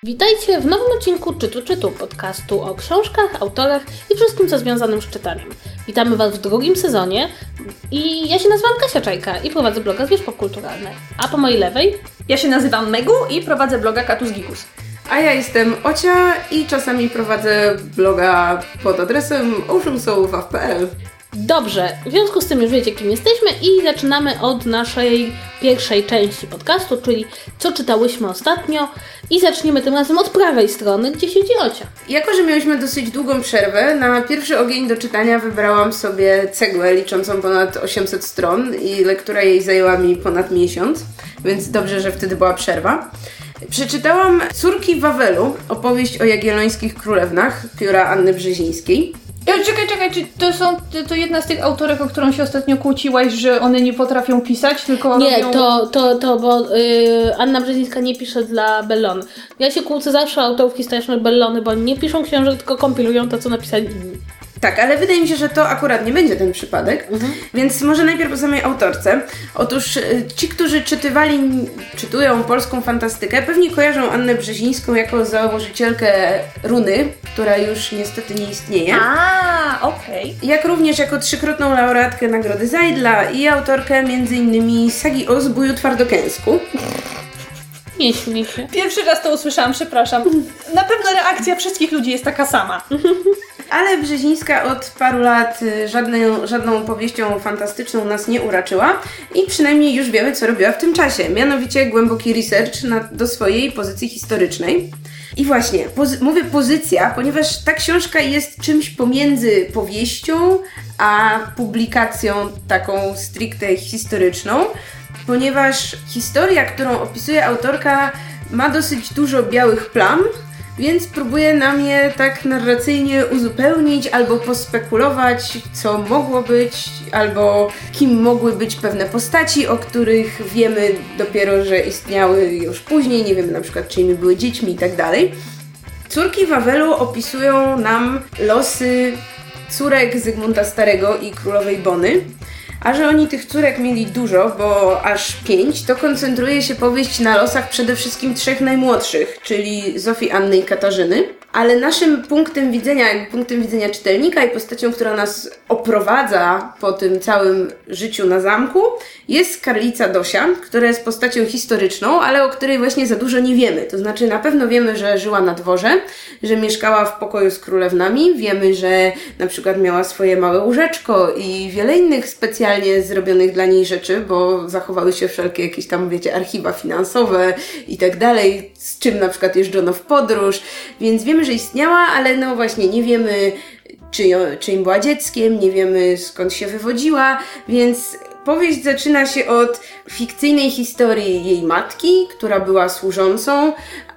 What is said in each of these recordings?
Witajcie w nowym odcinku Czytu podcastu o książkach, autorach i wszystkim co związanym z czytaniem. Witamy Was w drugim sezonie i ja się nazywam Kasia Czajka i prowadzę bloga Zwierz Popkulturalne. A po mojej lewej ja się nazywam Megu i prowadzę bloga Katus Gikus. A ja jestem Ocia i czasami prowadzę bloga pod adresem oceansoulwaf.pl. Dobrze, w związku z tym już wiecie, kim jesteśmy i zaczynamy od naszej pierwszej części podcastu, czyli co czytałyśmy ostatnio i zaczniemy tym razem od prawej strony, gdzie siedzi Ocia. Jako, że miałyśmy dosyć długą przerwę, na pierwszy ogień do czytania wybrałam sobie Cegłę liczącą ponad 800 stron i lektura jej zajęła mi ponad miesiąc, więc dobrze, że wtedy była przerwa. Przeczytałam Córki Wawelu, opowieść o jagiellońskich królewnach pióra Anny Brzezińskiej. Czekaj, czy to jedna z tych autorek, o którą się ostatnio kłóciłaś, że one nie potrafią pisać, tylko nie, robią... bo Anna Brzezińska nie pisze dla Bellony. Ja się kłócę zawsze o autorów historycznych Bellony, bo oni nie piszą książek, tylko kompilują to, co napisali inni. Tak, ale wydaje mi się, że to akurat nie będzie ten przypadek, więc może najpierw o samej autorce. Otóż ci, którzy czytują polską fantastykę, pewnie kojarzą Annę Brzezińską jako założycielkę Runy, która już niestety nie istnieje. Okej. Jak również jako 3-krotną laureatkę Nagrody Zajdla i autorkę m.in. sagi o Zbóju Twardokęsku. Nie śmiej się. Pierwszy raz to usłyszałam, przepraszam. Na pewno reakcja wszystkich ludzi jest taka sama. Ale Brzezińska od paru lat żadną powieścią fantastyczną nas nie uraczyła i przynajmniej już wiemy, co robiła w tym czasie. Mianowicie głęboki research do swojej pozycji historycznej. I właśnie, mówię pozycja, ponieważ ta książka jest czymś pomiędzy powieścią a publikacją taką stricte historyczną, ponieważ historia, którą opisuje autorka, ma dosyć dużo białych plam, więc próbuję nam je tak narracyjnie uzupełnić albo pospekulować, co mogło być, albo kim mogły być pewne postaci, o których wiemy dopiero, że istniały już później, nie wiemy na przykład, czyimi były dziećmi i tak dalej. Córki Wawelu opisują nam losy córek Zygmunta Starego i królowej Bony. A że oni tych córek mieli dużo, bo aż 5, to koncentruje się powieść na losach przede wszystkim 3 najmłodszych, czyli Zofii, Anny i Katarzyny. Ale naszym punktem widzenia czytelnika i postacią, która nas oprowadza po tym całym życiu na zamku, jest Karlica Dosia, która jest postacią historyczną, ale o której właśnie za dużo nie wiemy. To znaczy na pewno wiemy, że żyła na dworze, że mieszkała w pokoju z królewnami, wiemy, że na przykład miała swoje małe łóżeczko i wiele innych specjalnie zrobionych dla niej rzeczy, bo zachowały się wszelkie jakieś tam, wiecie, archiwa finansowe i tak dalej, z czym na przykład jeżdżono w podróż, więc wiemy, że istniała, ale no właśnie nie wiemy, czyim była dzieckiem, nie wiemy skąd się wywodziła, więc powieść zaczyna się od fikcyjnej historii jej matki, która była służącą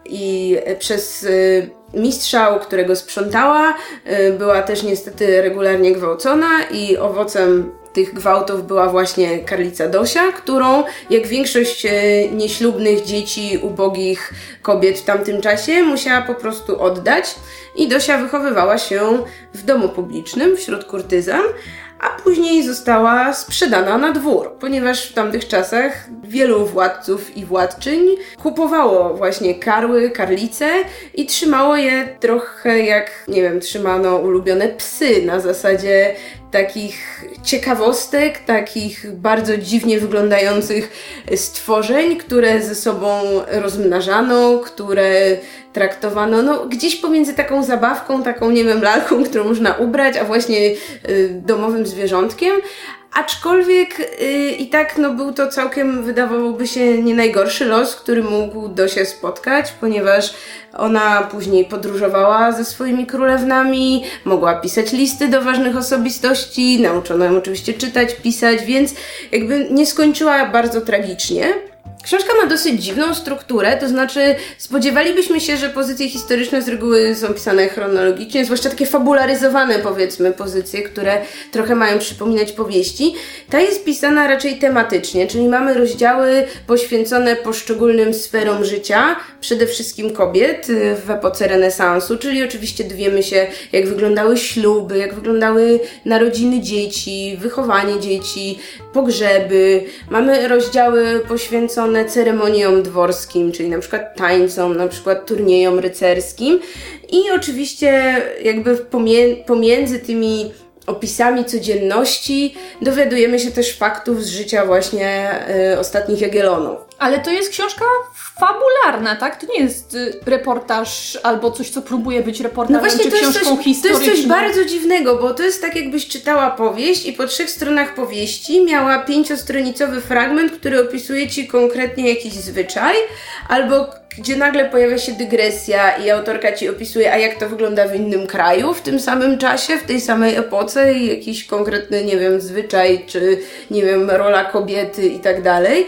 i przez mistrza, u którego sprzątała, była też niestety regularnie gwałcona i owocem tych gwałtów była właśnie Karlica Dosia, którą, jak większość nieślubnych dzieci, ubogich kobiet w tamtym czasie, musiała po prostu oddać. I Dosia wychowywała się w domu publicznym wśród kurtyzan, a później została sprzedana na dwór, ponieważ w tamtych czasach wielu władców i władczyń kupowało właśnie karlice i trzymało je trochę jak, nie wiem, trzymano ulubione psy na zasadzie takich ciekawostek, takich bardzo dziwnie wyglądających stworzeń, które ze sobą rozmnażano, które traktowano no gdzieś pomiędzy taką zabawką, taką, nie wiem, lalką, którą można ubrać, a właśnie domowym zwierzątkiem. Aczkolwiek i tak no był to całkiem, wydawałoby się, nie najgorszy los, który mógł Dosię spotkać, ponieważ ona później podróżowała ze swoimi królewnami, mogła pisać listy do ważnych osobistości, nauczono ją oczywiście czytać, pisać, więc jakby nie skończyła bardzo tragicznie. Książka ma dosyć dziwną strukturę, to znaczy spodziewalibyśmy się, że pozycje historyczne z reguły są pisane chronologicznie, zwłaszcza takie fabularyzowane, powiedzmy, pozycje, które trochę mają przypominać powieści. Ta jest pisana raczej tematycznie, czyli mamy rozdziały poświęcone poszczególnym sferom życia, przede wszystkim kobiet w epoce renesansu, czyli oczywiście dowiemy się, jak wyglądały śluby, jak wyglądały narodziny dzieci, wychowanie dzieci, pogrzeby. Mamy rozdziały poświęcone poświęcone ceremoniom dworskim, czyli na przykład tańcom, na przykład turniejom rycerskim i oczywiście jakby pomiędzy tymi opisami codzienności dowiadujemy się też faktów z życia właśnie ostatnich Jagiellonów. Ale to jest książka fabularna, tak? To nie jest reportaż albo coś, co próbuje być reportażem, czy książką historyczną. To jest coś bardzo dziwnego, bo to jest tak, jakbyś czytała powieść i po 3 stronach powieści miała 5-stronicowy fragment, który opisuje ci konkretnie jakiś zwyczaj, albo gdzie nagle pojawia się dygresja i autorka ci opisuje, a jak to wygląda w innym kraju w tym samym czasie, w tej samej epoce i jakiś konkretny, nie wiem, zwyczaj, czy nie wiem, rola kobiety i tak dalej.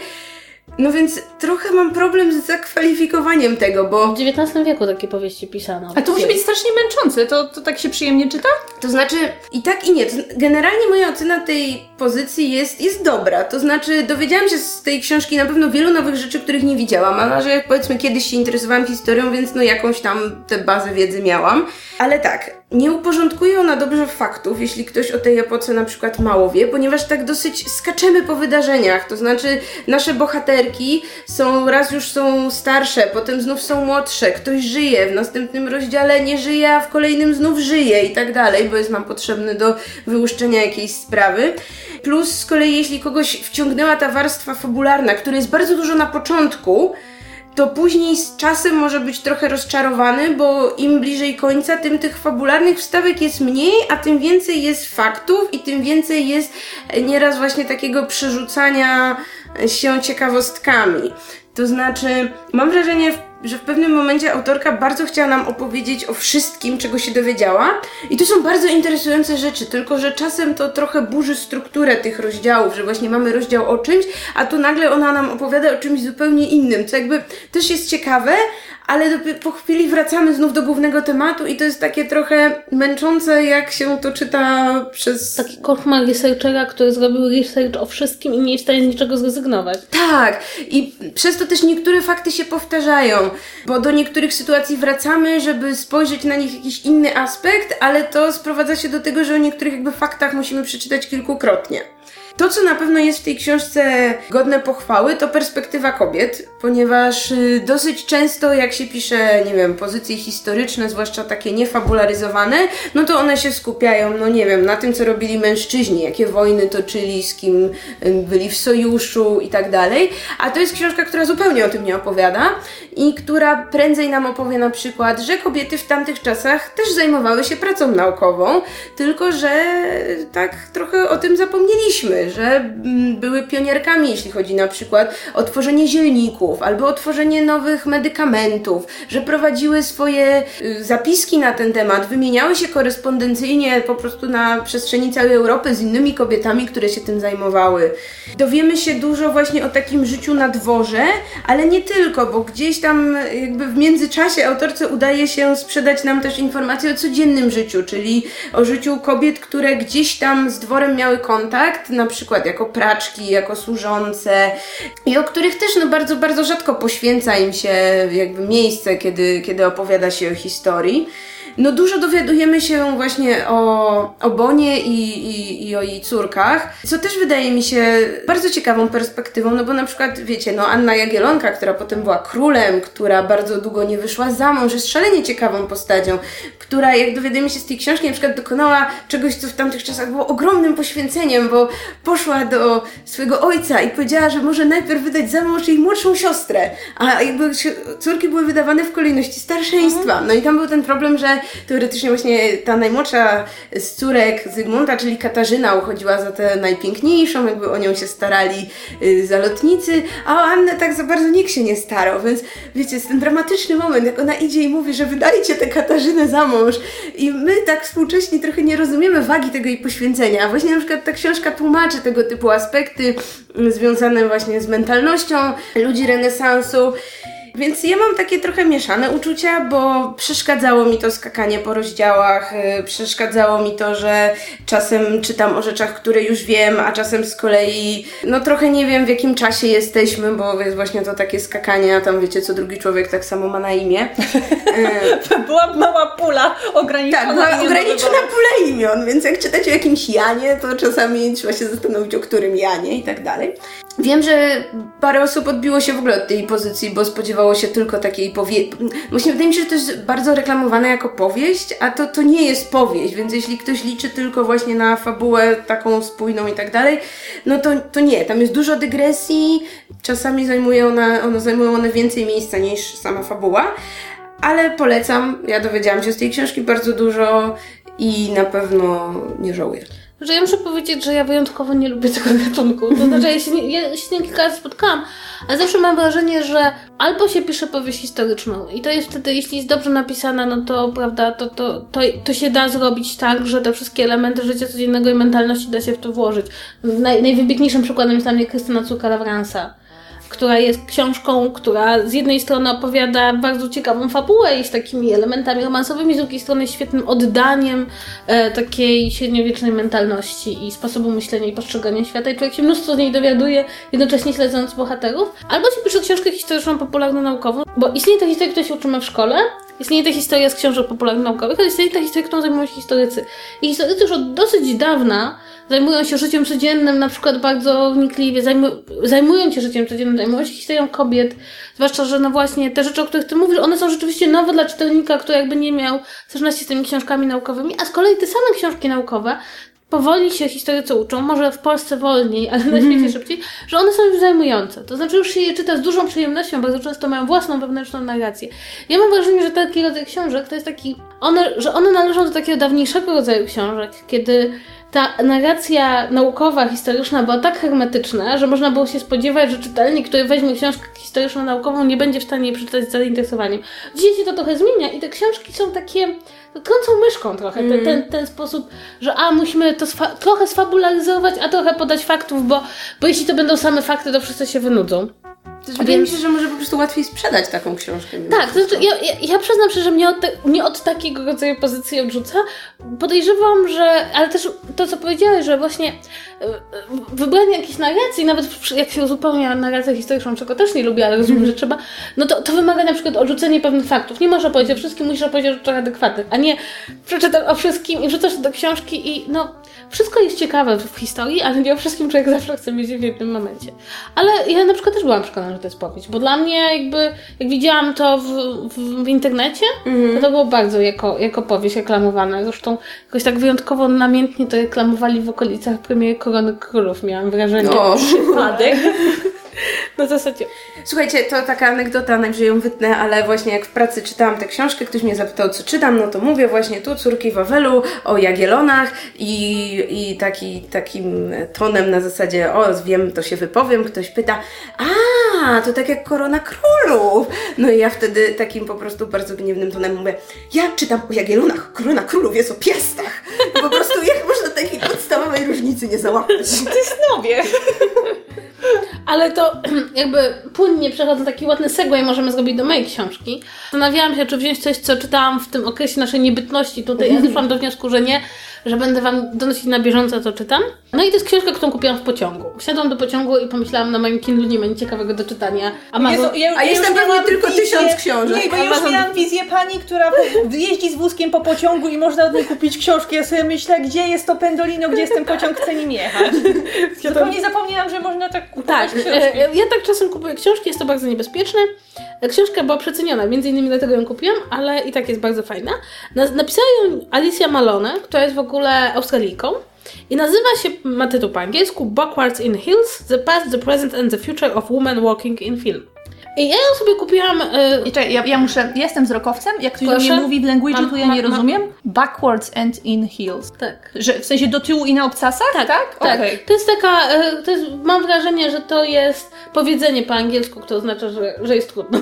No więc trochę mam problem z zakwalifikowaniem tego, bo... W XIX wieku takie powieści pisano. A to musi być strasznie męczące, to tak się przyjemnie czyta? To znaczy i tak i nie. Generalnie moja ocena tej pozycji jest dobra. To znaczy dowiedziałam się z tej książki na pewno wielu nowych rzeczy, których nie widziałam, a że powiedzmy kiedyś się interesowałam historią, więc no jakąś tam tę bazę wiedzy miałam. Ale tak, nie uporządkuje ona dobrze faktów, jeśli ktoś o tej epoce na przykład mało wie, ponieważ tak dosyć skaczemy po wydarzeniach. To znaczy nasze bohaterki raz już są starsze, potem znów są młodsze, ktoś żyje, w następnym rozdziale nie żyje, a w kolejnym znów żyje i tak dalej, bo jest nam potrzebny do wyłuszczenia jakiejś sprawy. Plus z kolei jeśli kogoś wciągnęła ta warstwa fabularna, której jest bardzo dużo na początku, to później z czasem może być trochę rozczarowany, bo im bliżej końca, tym tych fabularnych wstawek jest mniej, a tym więcej jest faktów i tym więcej jest nieraz właśnie takiego przerzucania się ciekawostkami. To znaczy, mam wrażenie, że w pewnym momencie autorka bardzo chciała nam opowiedzieć o wszystkim, czego się dowiedziała. I to są bardzo interesujące rzeczy, tylko że czasem to trochę burzy strukturę tych rozdziałów, że właśnie mamy rozdział o czymś, a tu nagle ona nam opowiada o czymś zupełnie innym, co jakby też jest ciekawe, ale po chwili wracamy znów do głównego tematu i to jest takie trochę męczące, jak się to czyta przez... Taki koszmar researchera, który zrobił research o wszystkim i nie jest w stanie z niczego zrezygnować. Tak, i przez to też niektóre fakty się powtarzają, bo do niektórych sytuacji wracamy, żeby spojrzeć na nich jakiś inny aspekt, ale to sprowadza się do tego, że o niektórych jakby faktach musimy przeczytać kilkukrotnie. To, co na pewno jest w tej książce godne pochwały, to perspektywa kobiet, ponieważ dosyć często jak się pisze, nie wiem, pozycje historyczne, zwłaszcza takie niefabularyzowane, no to one się skupiają, no nie wiem, na tym, co robili mężczyźni, jakie wojny toczyli, z kim byli w sojuszu i tak dalej, a to jest książka, która zupełnie o tym nie opowiada i która prędzej nam opowie na przykład, że kobiety w tamtych czasach też zajmowały się pracą naukową, tylko że tak trochę o tym zapomnieliśmy, że były pionierkami, jeśli chodzi na przykład o tworzenie zielników albo o tworzenie nowych medykamentów, że prowadziły swoje zapiski na ten temat, wymieniały się korespondencyjnie po prostu na przestrzeni całej Europy z innymi kobietami, które się tym zajmowały. Dowiemy się dużo właśnie o takim życiu na dworze, ale nie tylko, bo gdzieś tam jakby w międzyczasie autorce udaje się sprzedać nam też informacje o codziennym życiu, czyli o życiu kobiet, które gdzieś tam z dworem miały kontakt, na przykład jako praczki, jako służące i o których też no bardzo, bardzo rzadko poświęca im się jakby miejsce, kiedy opowiada się o historii. No dużo dowiadujemy się właśnie o Bonie i o jej córkach, co też wydaje mi się bardzo ciekawą perspektywą, no bo na przykład, wiecie, no Anna Jagiellonka, która potem była królem, która bardzo długo nie wyszła za mąż, jest szalenie ciekawą postacią, która, jak dowiadujemy się z tej książki, na przykład dokonała czegoś, co w tamtych czasach było ogromnym poświęceniem, bo poszła do swojego ojca i powiedziała, że może najpierw wydać za mąż jej młodszą siostrę, a jakby córki były wydawane w kolejności starszeństwa. No i tam był ten problem, że teoretycznie właśnie ta najmłodsza z córek Zygmunta, czyli Katarzyna, uchodziła za tę najpiękniejszą, jakby o nią się starali zalotnicy, a o Annę tak za bardzo nikt się nie starał, więc wiecie, jest ten dramatyczny moment, jak ona idzie i mówi, że wydajcie tę Katarzynę za mąż i my tak współcześnie trochę nie rozumiemy wagi tego jej poświęcenia, a właśnie na przykład ta książka tłumaczy tego typu aspekty związane właśnie z mentalnością ludzi renesansu. Więc ja mam takie trochę mieszane uczucia, bo przeszkadzało mi to skakanie po rozdziałach, przeszkadzało mi to, że czasem czytam o rzeczach, które już wiem, a czasem z kolei no trochę nie wiem, w jakim czasie jesteśmy, bo jest właśnie to takie skakanie, a tam wiecie, co drugi człowiek tak samo ma na imię. To była mała pula ograniczona. Tak, była ograniczona pula imion, więc jak czytacie o jakimś Janie, to czasami trzeba się zastanowić, o którym Janie i tak dalej. Wiem, że parę osób odbiło się w ogóle od tej pozycji, bo spodziewało się tylko takiej Właśnie wydaje mi się, że to jest bardzo reklamowane jako powieść, a to nie jest powieść, więc jeśli ktoś liczy tylko właśnie na fabułę taką spójną i tak dalej, no to nie. Tam jest dużo dygresji, czasami zajmują one więcej miejsca niż sama fabuła, ale polecam. Ja dowiedziałam się z tej książki bardzo dużo i na pewno nie żałuję. Że ja muszę powiedzieć, że ja wyjątkowo nie lubię tego gatunku. To znaczy, ja się z nim kilka razy spotkałam, ale zawsze mam wrażenie, że albo się pisze powieść historyczną i to jest wtedy, jeśli jest dobrze napisana, no to prawda, to się da zrobić tak, że te wszystkie elementy życia codziennego i mentalności da się w to włożyć. Najwybitniejszym przykładem jest dla mnie Krystyna Córka Lawrensa, która jest książką, która z jednej strony opowiada bardzo ciekawą fabułę i z takimi elementami romansowymi, z drugiej strony świetnym oddaniem takiej średniowiecznej mentalności i sposobu myślenia i postrzegania świata i człowiek się mnóstwo z niej dowiaduje, jednocześnie śledząc bohaterów. Albo się pisze książkę historyczną, popularno-naukową, bo istnieje ta historia, której się uczymy w szkole, istnieje ta historia z książek popularno-naukowych, ale istnieje ta historia, którą zajmują się historycy. I historycy już od dosyć dawna zajmują się życiem codziennym, na przykład bardzo wnikliwie, zajmują się życiem codziennym, zajmują się historią kobiet, zwłaszcza, że no właśnie te rzeczy, o których ty mówisz, one są rzeczywiście nowe dla czytelnika, który jakby nie miał styczności z tymi książkami naukowymi, a z kolei te same książki naukowe powoli się historycy uczą, może w Polsce wolniej, ale na świecie szybciej, że one są już zajmujące. To znaczy już się je czyta z dużą przyjemnością, bardzo często mają własną wewnętrzną narrację. Ja mam wrażenie, że taki rodzaj książek to jest taki, że one należą do takiego dawniejszego rodzaju książek, kiedy ta narracja naukowa, historyczna była tak hermetyczna, że można było się spodziewać, że czytelnik, który weźmie książkę historyczno-naukową, nie będzie w stanie jej przeczytać z zainteresowaniem. Dzisiaj się to trochę zmienia i te książki są takie trącą myszką trochę, ten sposób, że musimy to trochę sfabularyzować, a trochę podać faktów, bo jeśli to będą same fakty, to wszyscy się wynudzą. Wydaje mi się, że może po prostu łatwiej sprzedać taką książkę. Tak, to znaczy ja przyznam się, że mnie od takiego rodzaju pozycji odrzuca. Podejrzewam, że, ale też to, co powiedziałeś, że właśnie wybranie jakiejś narracji, nawet jak się uzupełnia narrację historyczną, czego też nie lubię, ale rozumiem, że trzeba, no to wymaga na przykład odrzucenie pewnych faktów. Nie możesz opowiedzieć o wszystkim, musisz opowiedzieć o rzeczach adekwatnych, a nie przeczytasz o wszystkim i wrzucasz to do książki i wszystko jest ciekawe w historii, ale nie o wszystkim człowiek zawsze chce mieć w jednym momencie. Ale ja na przykład też byłam przekonana, że to jest powieść, bo dla mnie jakby, jak widziałam to w internecie, to było bardzo jako powieść reklamowane. Zresztą jakoś tak wyjątkowo namiętnie to reklamowali w okolicach premiery Korony Królów, miałam wrażenie. Przypadek. Na zasadzie. Słuchajcie, to taka anegdota, najwyżej ją wytnę, ale właśnie jak w pracy czytałam tę książkę, ktoś mnie zapytał, co czytam, no to mówię właśnie tu Córki Wawelu o Jagiellonach i takim tonem na zasadzie, wiem, to się wypowiem, ktoś pyta, to tak jak Korona Królów. No i ja wtedy takim po prostu bardzo gniewnym tonem mówię, ja czytam o Jagiellonach, Korona Królów jest o piastach. Po prostu jak można takiej podstawowej różnicy nie załapać? To jest nowie. Ale to jakby płynnie przechodząc, taki ładny segway możemy zrobić do mojej książki. Zastanawiałam się, czy wziąć coś, co czytałam w tym okresie naszej niebytności tutaj. Ja doszłam do wniosku, że nie, że będę wam donosić na bieżąco, co czytam. No i to jest książka, którą kupiłam w pociągu. Wsiadłam do pociągu i pomyślałam, na moim Kindle nie ma nic ciekawego do czytania. A jestem pewnie tylko 1000 książek. Nie, bo ja już miałam wizję pani, która jeździ z wózkiem po pociągu i można od niej kupić książki. Ja sobie myślę, gdzie jest to pendolino, gdzie jest ten pociąg, chcę nim jechać. Zupełnie zapomniałam, że można tak kupować książki. Ja tak czasem kupuję książki, jest to bardzo niebezpieczne. Książka była przeceniona, między innymi dlatego ją kupiłam, ale i tak jest bardzo fajna. Napisała ją Alicia Malone, która jest w ogóle Australijką i nazywa się, ma tytuł po angielsku, Backwards in Hills, The Past, the Present and the Future of Women Walking in Film. I ja ją sobie kupiłam... Ja jestem wzrokowcem, jak ktoś do mnie mówi w language'u, to ja nie rozumiem. Backwards and in heels. Tak. Że w sensie do tyłu i na obcasach? Tak. Okay. To jest taka... mam wrażenie, że to jest powiedzenie po angielsku, które oznacza, że jest trudno.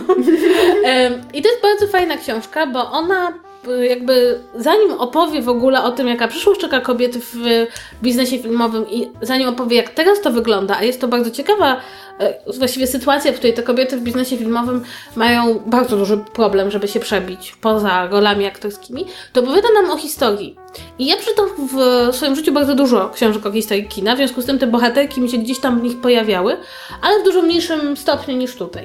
I to jest bardzo fajna książka, bo ona jakby zanim opowie w ogóle o tym, jaka przyszłość czeka kobiety w biznesie filmowym i zanim opowie, jak teraz to wygląda, a jest to bardzo ciekawa właściwie sytuacja, w której te kobiety w biznesie filmowym mają bardzo duży problem, żeby się przebić poza rolami aktorskimi, to opowiada nam o historii. I ja przeczytam w swoim życiu bardzo dużo książek o historii kina, w związku z tym te bohaterki mi się gdzieś tam w nich pojawiały, ale w dużo mniejszym stopniu niż tutaj.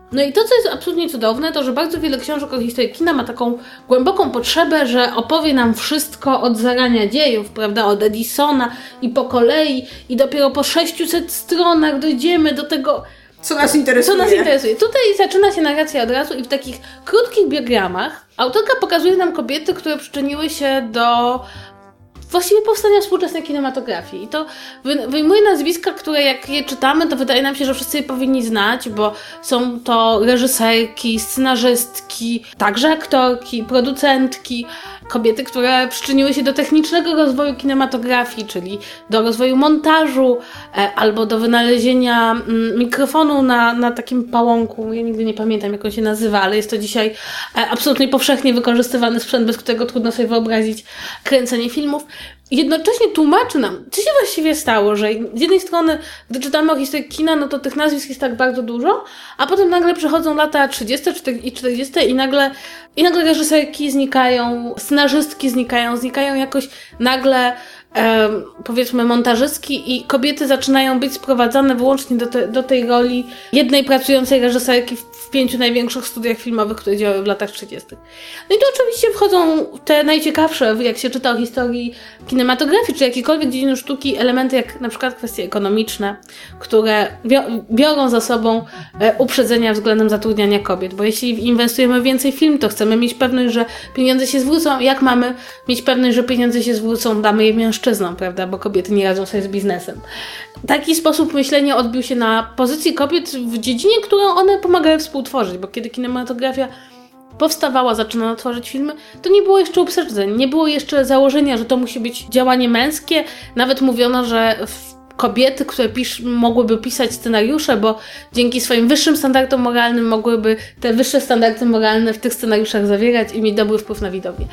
No i to, co jest absolutnie cudowne, to że bardzo wiele książek o historii kina ma taką głęboką potrzebę, że opowie nam wszystko od zarania dziejów, prawda, od Edisona i po kolei i dopiero po 600 stronach dojdziemy do tego, co nas interesuje. Tutaj zaczyna się narracja od razu i w takich krótkich biogramach autorka pokazuje nam kobiety, które przyczyniły się do właściwie powstania współczesnej kinematografii. I to wyjmuje nazwiska, które jak je czytamy, to wydaje nam się, że wszyscy je powinni znać, bo są to reżyserki, scenarzystki, także aktorki, producentki, kobiety, które przyczyniły się do technicznego rozwoju kinematografii, czyli do rozwoju montażu, albo do wynalezienia mikrofonu na takim pałąku. Ja nigdy nie pamiętam, jak on się nazywa, ale jest to dzisiaj absolutnie powszechnie wykorzystywany sprzęt, bez którego trudno sobie wyobrazić kręcenie filmów. Jednocześnie tłumaczy nam, co się właściwie stało, że z jednej strony, gdy czytamy o historii kina, no to tych nazwisk jest tak bardzo dużo, a potem nagle przychodzą lata 30. i 40. i nagle reżyserki znikają, scenarzystki znikają jakoś nagle, powiedzmy, montażystki i kobiety zaczynają być sprowadzane wyłącznie do tej roli jednej pracującej reżyserki w 5 największych studiach filmowych, które działały w latach 30. No i tu oczywiście wchodzą te najciekawsze, jak się czyta o historii kinematografii, czy jakiejkolwiek dziedziny sztuki, elementy jak na przykład kwestie ekonomiczne, które biorą za sobą uprzedzenia względem zatrudniania kobiet, bo jeśli inwestujemy więcej w film, to chcemy mieć pewność, że pieniądze się zwrócą. Jak mamy mieć pewność, że pieniądze się zwrócą, damy je mężczyznom, prawda, bo kobiety nie radzą sobie z biznesem. Taki sposób myślenia odbił się na pozycji kobiet w dziedzinie, którą one pomagały współtworzyć, bo kiedy kinematografia powstawała, zaczynano tworzyć filmy, to nie było jeszcze uprzedzeń, nie było jeszcze założenia, że to musi być działanie męskie. Nawet mówiono, że kobiety, które mogłyby pisać scenariusze, bo dzięki swoim wyższym standardom moralnym mogłyby te wyższe standardy moralne w tych scenariuszach zawierać i mieć dobry wpływ na widownię.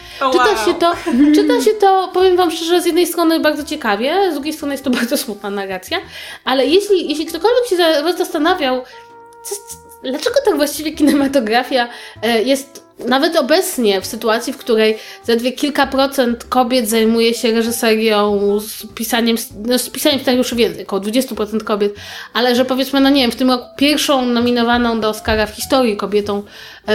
Czyta się to, powiem wam szczerze, z jednej strony bardzo ciekawie, z drugiej strony jest to bardzo smutna narracja, ale jeśli ktokolwiek się zastanawiał, dlaczego tak właściwie kinematografia jest nawet obecnie w sytuacji, w której zaledwie kilka procent kobiet zajmuje się reżyserią, z pisaniem scenariuszy więcej, około 20% kobiet, ale że powiedzmy, no nie wiem, w tym roku pierwszą nominowaną do Oscara w historii kobietą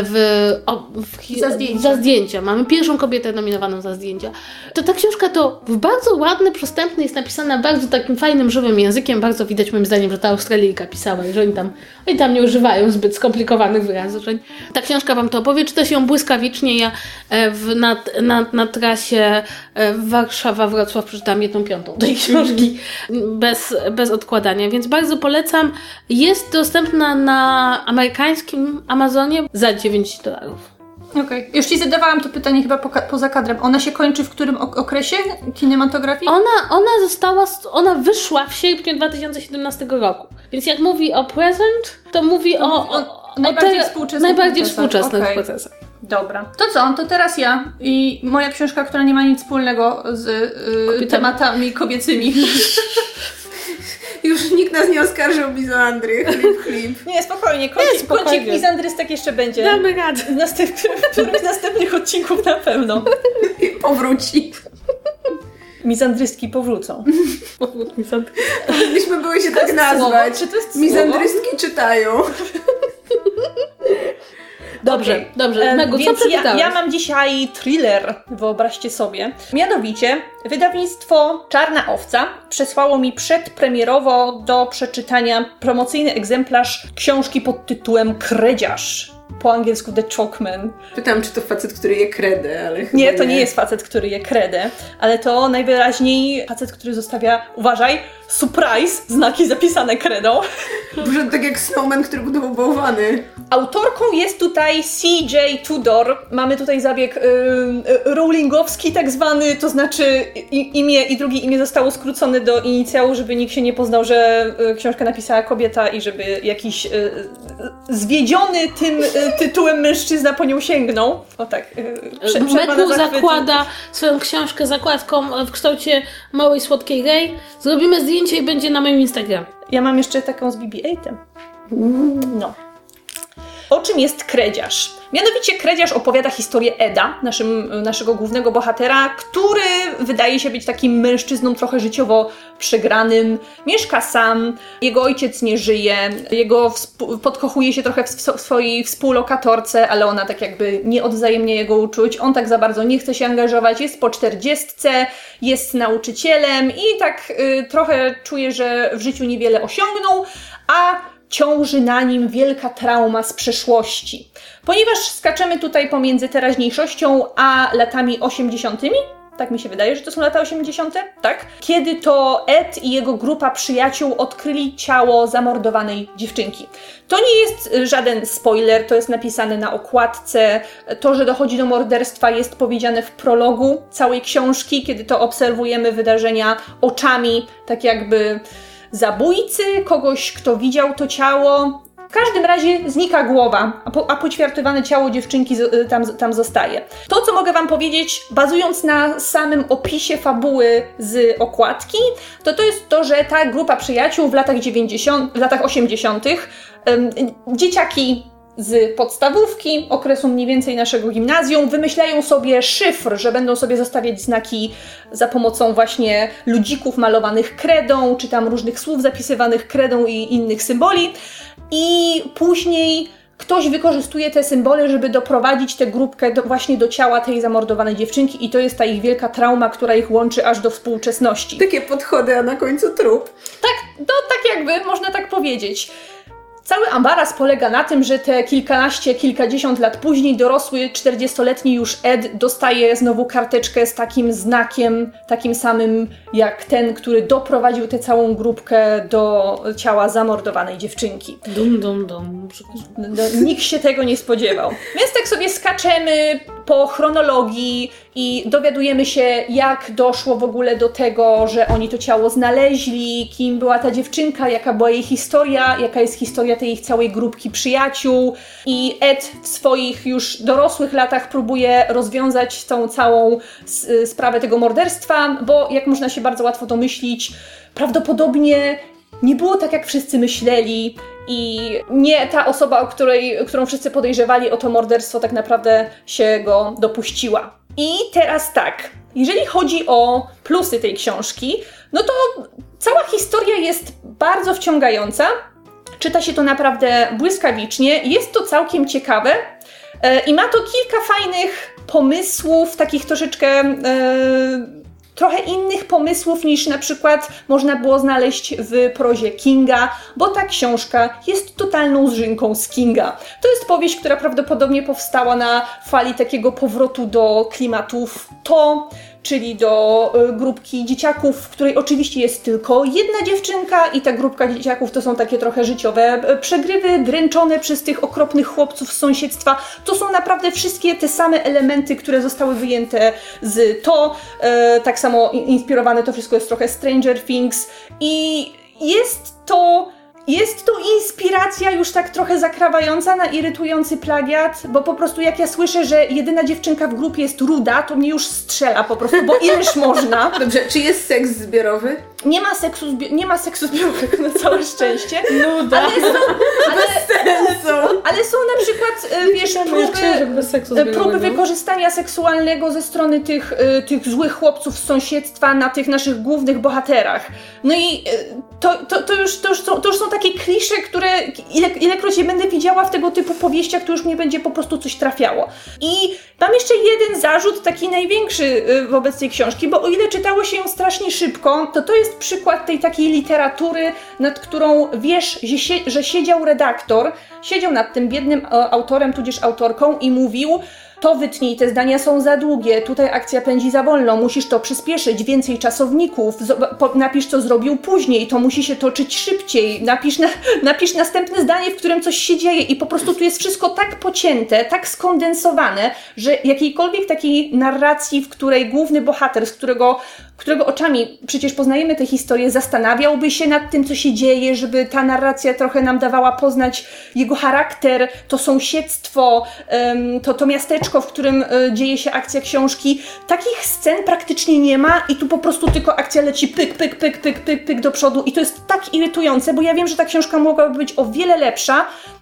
za zdjęcia. Mamy pierwszą kobietę nominowaną za zdjęcia. To ta książka to w bardzo ładny, przystępny, jest napisana bardzo takim fajnym, żywym językiem. Bardzo widać moim zdaniem, że ta Australijka pisała i że oni tam nie używają zbyt skomplikowanych wyrażeń. Ta książka wam to opowie, czyta się ją błyskawicznie. Ja na trasie Warszawa-Wrocław przeczytałam 1/5 tej książki bez odkładania, więc bardzo polecam. Jest dostępna na amerykańskim Amazonie za $9. Okej. Już Ci zadawałam to pytanie chyba poza kadrem. Ona się kończy w którym okresie kinematografii? Ona wyszła w sierpniu 2017 roku. Więc jak mówi o present, to mówi o najbardziej współczesnych procesach. Dobra. To co? To teraz ja i moja książka, która nie ma nic wspólnego z tematami kobiecymi. Już nikt nas nie oskarży o mizandry. Chlip. Nie, spokojnie. Kącik mizandrystek jeszcze będzie. Damy radę. W którymś z następnych odcinków na pewno. I powróci. Mizandrystki powrócą. Powinniśmy były się tak nazwać. Czy to jest mizandrystki czytają. Dobrze. Megu, co przeczytałeś? Ja mam dzisiaj thriller, wyobraźcie sobie. Mianowicie wydawnictwo Czarna Owca przesłało mi przedpremierowo do przeczytania promocyjny egzemplarz książki pod tytułem Kredziarz. Po angielsku The Chalkman. Pytam, czy to facet, który je kredę, ale chyba nie, to nie jest facet, który je kredę, ale to najwyraźniej facet, który zostawia, uważaj, surprise, znaki zapisane kredą. Może tak jak Snowman, który budował bałwany. Autorką jest tutaj C.J. Tudor. Mamy tutaj zabieg rowlingowski tak zwany, to znaczy imię i drugie imię zostało skrócone do inicjału, żeby nikt się nie poznał, że książkę napisała kobieta i żeby jakiś zwiedziony tym tytułem mężczyzna po nią sięgnął. O tak. Megu zakłada swoją książkę zakładką w kształcie małej, słodkiej Rey. Zrobimy zdjęcie i będzie na moim Instagramie. Ja mam jeszcze taką z BB-8. No. O czym jest Kredziarz? Mianowicie Kredziarz opowiada historię Eda, naszego głównego bohatera, który wydaje się być takim mężczyzną trochę życiowo przegranym. Mieszka sam, jego ojciec nie żyje, podkochuje się trochę w swojej współlokatorce, ale ona tak jakby nie odwzajemnia jego uczuć. On tak za bardzo nie chce się angażować, jest po 40, jest nauczycielem i tak trochę czuje, że w życiu niewiele osiągnął, a ciąży na nim wielka trauma z przeszłości. Ponieważ skaczemy tutaj pomiędzy teraźniejszością a latami 80., tak mi się wydaje, że to są lata 80., tak? Kiedy to Ed i jego grupa przyjaciół odkryli ciało zamordowanej dziewczynki. To nie jest żaden spoiler, to jest napisane na okładce. To, że dochodzi do morderstwa, jest powiedziane w prologu całej książki, kiedy to obserwujemy wydarzenia oczami, tak jakby zabójcy, kogoś, kto widział to ciało. W każdym razie znika głowa, a poćwiartowane ciało dziewczynki tam zostaje. To, co mogę wam powiedzieć, bazując na samym opisie fabuły z okładki, to jest to, że ta grupa przyjaciół w latach 80. Dzieciaki z podstawówki, okresu mniej więcej naszego gimnazjum, wymyślają sobie szyfr, że będą sobie zostawiać znaki za pomocą właśnie ludzików malowanych kredą, czy tam różnych słów zapisywanych kredą i innych symboli. I później ktoś wykorzystuje te symbole, żeby doprowadzić tę grupkę właśnie do ciała tej zamordowanej dziewczynki i to jest ta ich wielka trauma, która ich łączy aż do współczesności. Takie podchody, a na końcu trup. Tak, tak jakby można tak powiedzieć. Cały ambaras polega na tym, że te kilkadziesiąt lat później dorosły 40-letni już Ed dostaje znowu karteczkę z takim znakiem, takim samym jak ten, który doprowadził tę całą grupkę do ciała zamordowanej dziewczynki. Dum. Nikt się tego nie spodziewał. Więc tak sobie skaczemy po chronologii i dowiadujemy się, jak doszło w ogóle do tego, że oni to ciało znaleźli, kim była ta dziewczynka, jaka była jej historia, jaka jest historia tej ich całej grupki przyjaciół. I Ed w swoich już dorosłych latach próbuje rozwiązać tą całą sprawę tego morderstwa, bo jak można się bardzo łatwo domyślić, prawdopodobnie nie było tak, jak wszyscy myśleli i nie ta osoba, którą wszyscy podejrzewali o to morderstwo, tak naprawdę się go dopuściła. I teraz tak, jeżeli chodzi o plusy tej książki, no to cała historia jest bardzo wciągająca. Czyta się to naprawdę błyskawicznie, jest to całkiem ciekawe i ma to kilka fajnych pomysłów, takich troszeczkę trochę innych pomysłów niż na przykład można było znaleźć w prozie Kinga, bo ta książka jest totalną zżynką z Kinga. To jest powieść, która prawdopodobnie powstała na fali takiego powrotu do klimatów czyli do grupki dzieciaków, w której oczywiście jest tylko jedna dziewczynka i ta grupka dzieciaków to są takie trochę życiowe przegrywy, dręczone przez tych okropnych chłopców z sąsiedztwa. To są naprawdę wszystkie te same elementy, które zostały wyjęte z tak samo inspirowane to wszystko jest trochę Stranger Things i jest to inspiracja już tak trochę zakrawająca na irytujący plagiat, bo po prostu jak ja słyszę, że jedyna dziewczynka w grupie jest ruda, to mnie już strzela po prostu, bo ileż można. Dobrze, czy jest seks zbiorowy? Nie ma seksu zbiorowego na całe szczęście. Nuda. Ale są na przykład, próby wykorzystania seksualnego ze strony tych złych chłopców z sąsiedztwa na tych naszych głównych bohaterach. No i to już są takie klisze, które ilekroć je będę widziała w tego typu powieściach, to już mnie będzie po prostu coś trafiało. I mam jeszcze jeden zarzut, taki największy wobec tej książki, bo o ile czytało się ją strasznie szybko, to jest przykład tej takiej literatury, nad którą wiesz, że siedział redaktor, siedział nad tym biednym autorem, tudzież autorką i mówił: to wytnij, te zdania są za długie, tutaj akcja pędzi za wolno, musisz to przyspieszyć, więcej czasowników, napisz, co zrobił później, to musi się toczyć szybciej, napisz następne zdanie, w którym coś się dzieje i po prostu tu jest wszystko tak pocięte, tak skondensowane, że jakiejkolwiek takiej narracji, w której główny bohater, z którego oczami przecież poznajemy tę historię, zastanawiałby się nad tym, co się dzieje, żeby ta narracja trochę nam dawała poznać jego charakter, to sąsiedztwo, to miasteczko, w którym dzieje się akcja książki. Takich scen praktycznie nie ma i tu po prostu tylko akcja leci pyk do przodu i to jest tak irytujące, bo ja wiem, że ta książka mogłaby być o wiele lepsza,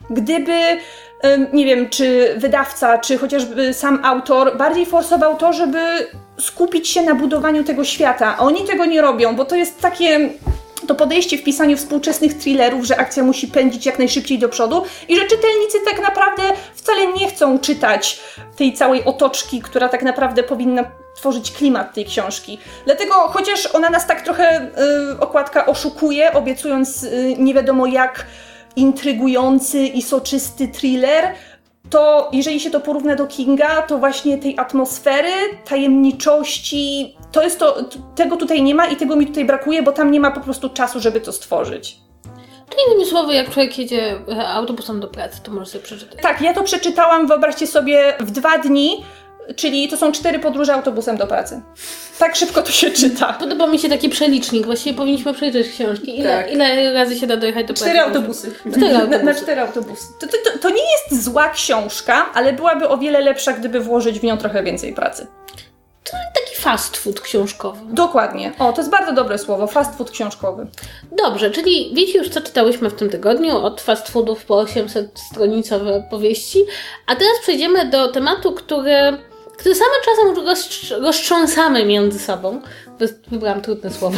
gdyby, nie wiem, czy wydawca, czy chociażby sam autor bardziej forsował to, żeby skupić się na budowaniu tego świata. A oni tego nie robią, bo to jest takie... to podejście w pisaniu współczesnych thrillerów, że akcja musi pędzić jak najszybciej do przodu i że czytelnicy tak naprawdę wcale nie chcą czytać tej całej otoczki, która tak naprawdę powinna tworzyć klimat tej książki. Dlatego, chociaż ona nas tak trochę okładka oszukuje, obiecując nie wiadomo jak intrygujący i soczysty thriller, to jeżeli się to porówna do Kinga, to właśnie tej atmosfery, tajemniczości, tego tutaj nie ma i tego mi tutaj brakuje, bo tam nie ma po prostu czasu, żeby to stworzyć. Czyli innymi słowy, jak człowiek jedzie autobusem do pracy, to może sobie przeczytać. Tak, ja to przeczytałam, wyobraźcie sobie, w 2 dni, czyli to są 4 podróże autobusem do pracy. Tak szybko to się czyta. Podoba mi się taki przelicznik. Właściwie powinniśmy przejrzeć książki. Ile razy się da dojechać do pracy? 4 autobusy. 4 autobusy. Na 4 autobusy. To nie jest zła książka, ale byłaby o wiele lepsza, gdyby włożyć w nią trochę więcej pracy. To taki fast food książkowy. Dokładnie. O, to jest bardzo dobre słowo. Fast food książkowy. Dobrze, czyli wiecie już, co czytałyśmy w tym tygodniu, od fast foodów po 800-stronicowe powieści. A teraz przejdziemy do tematu, który same czasem roztrząsamy między sobą. Wybrałam trudne słowo.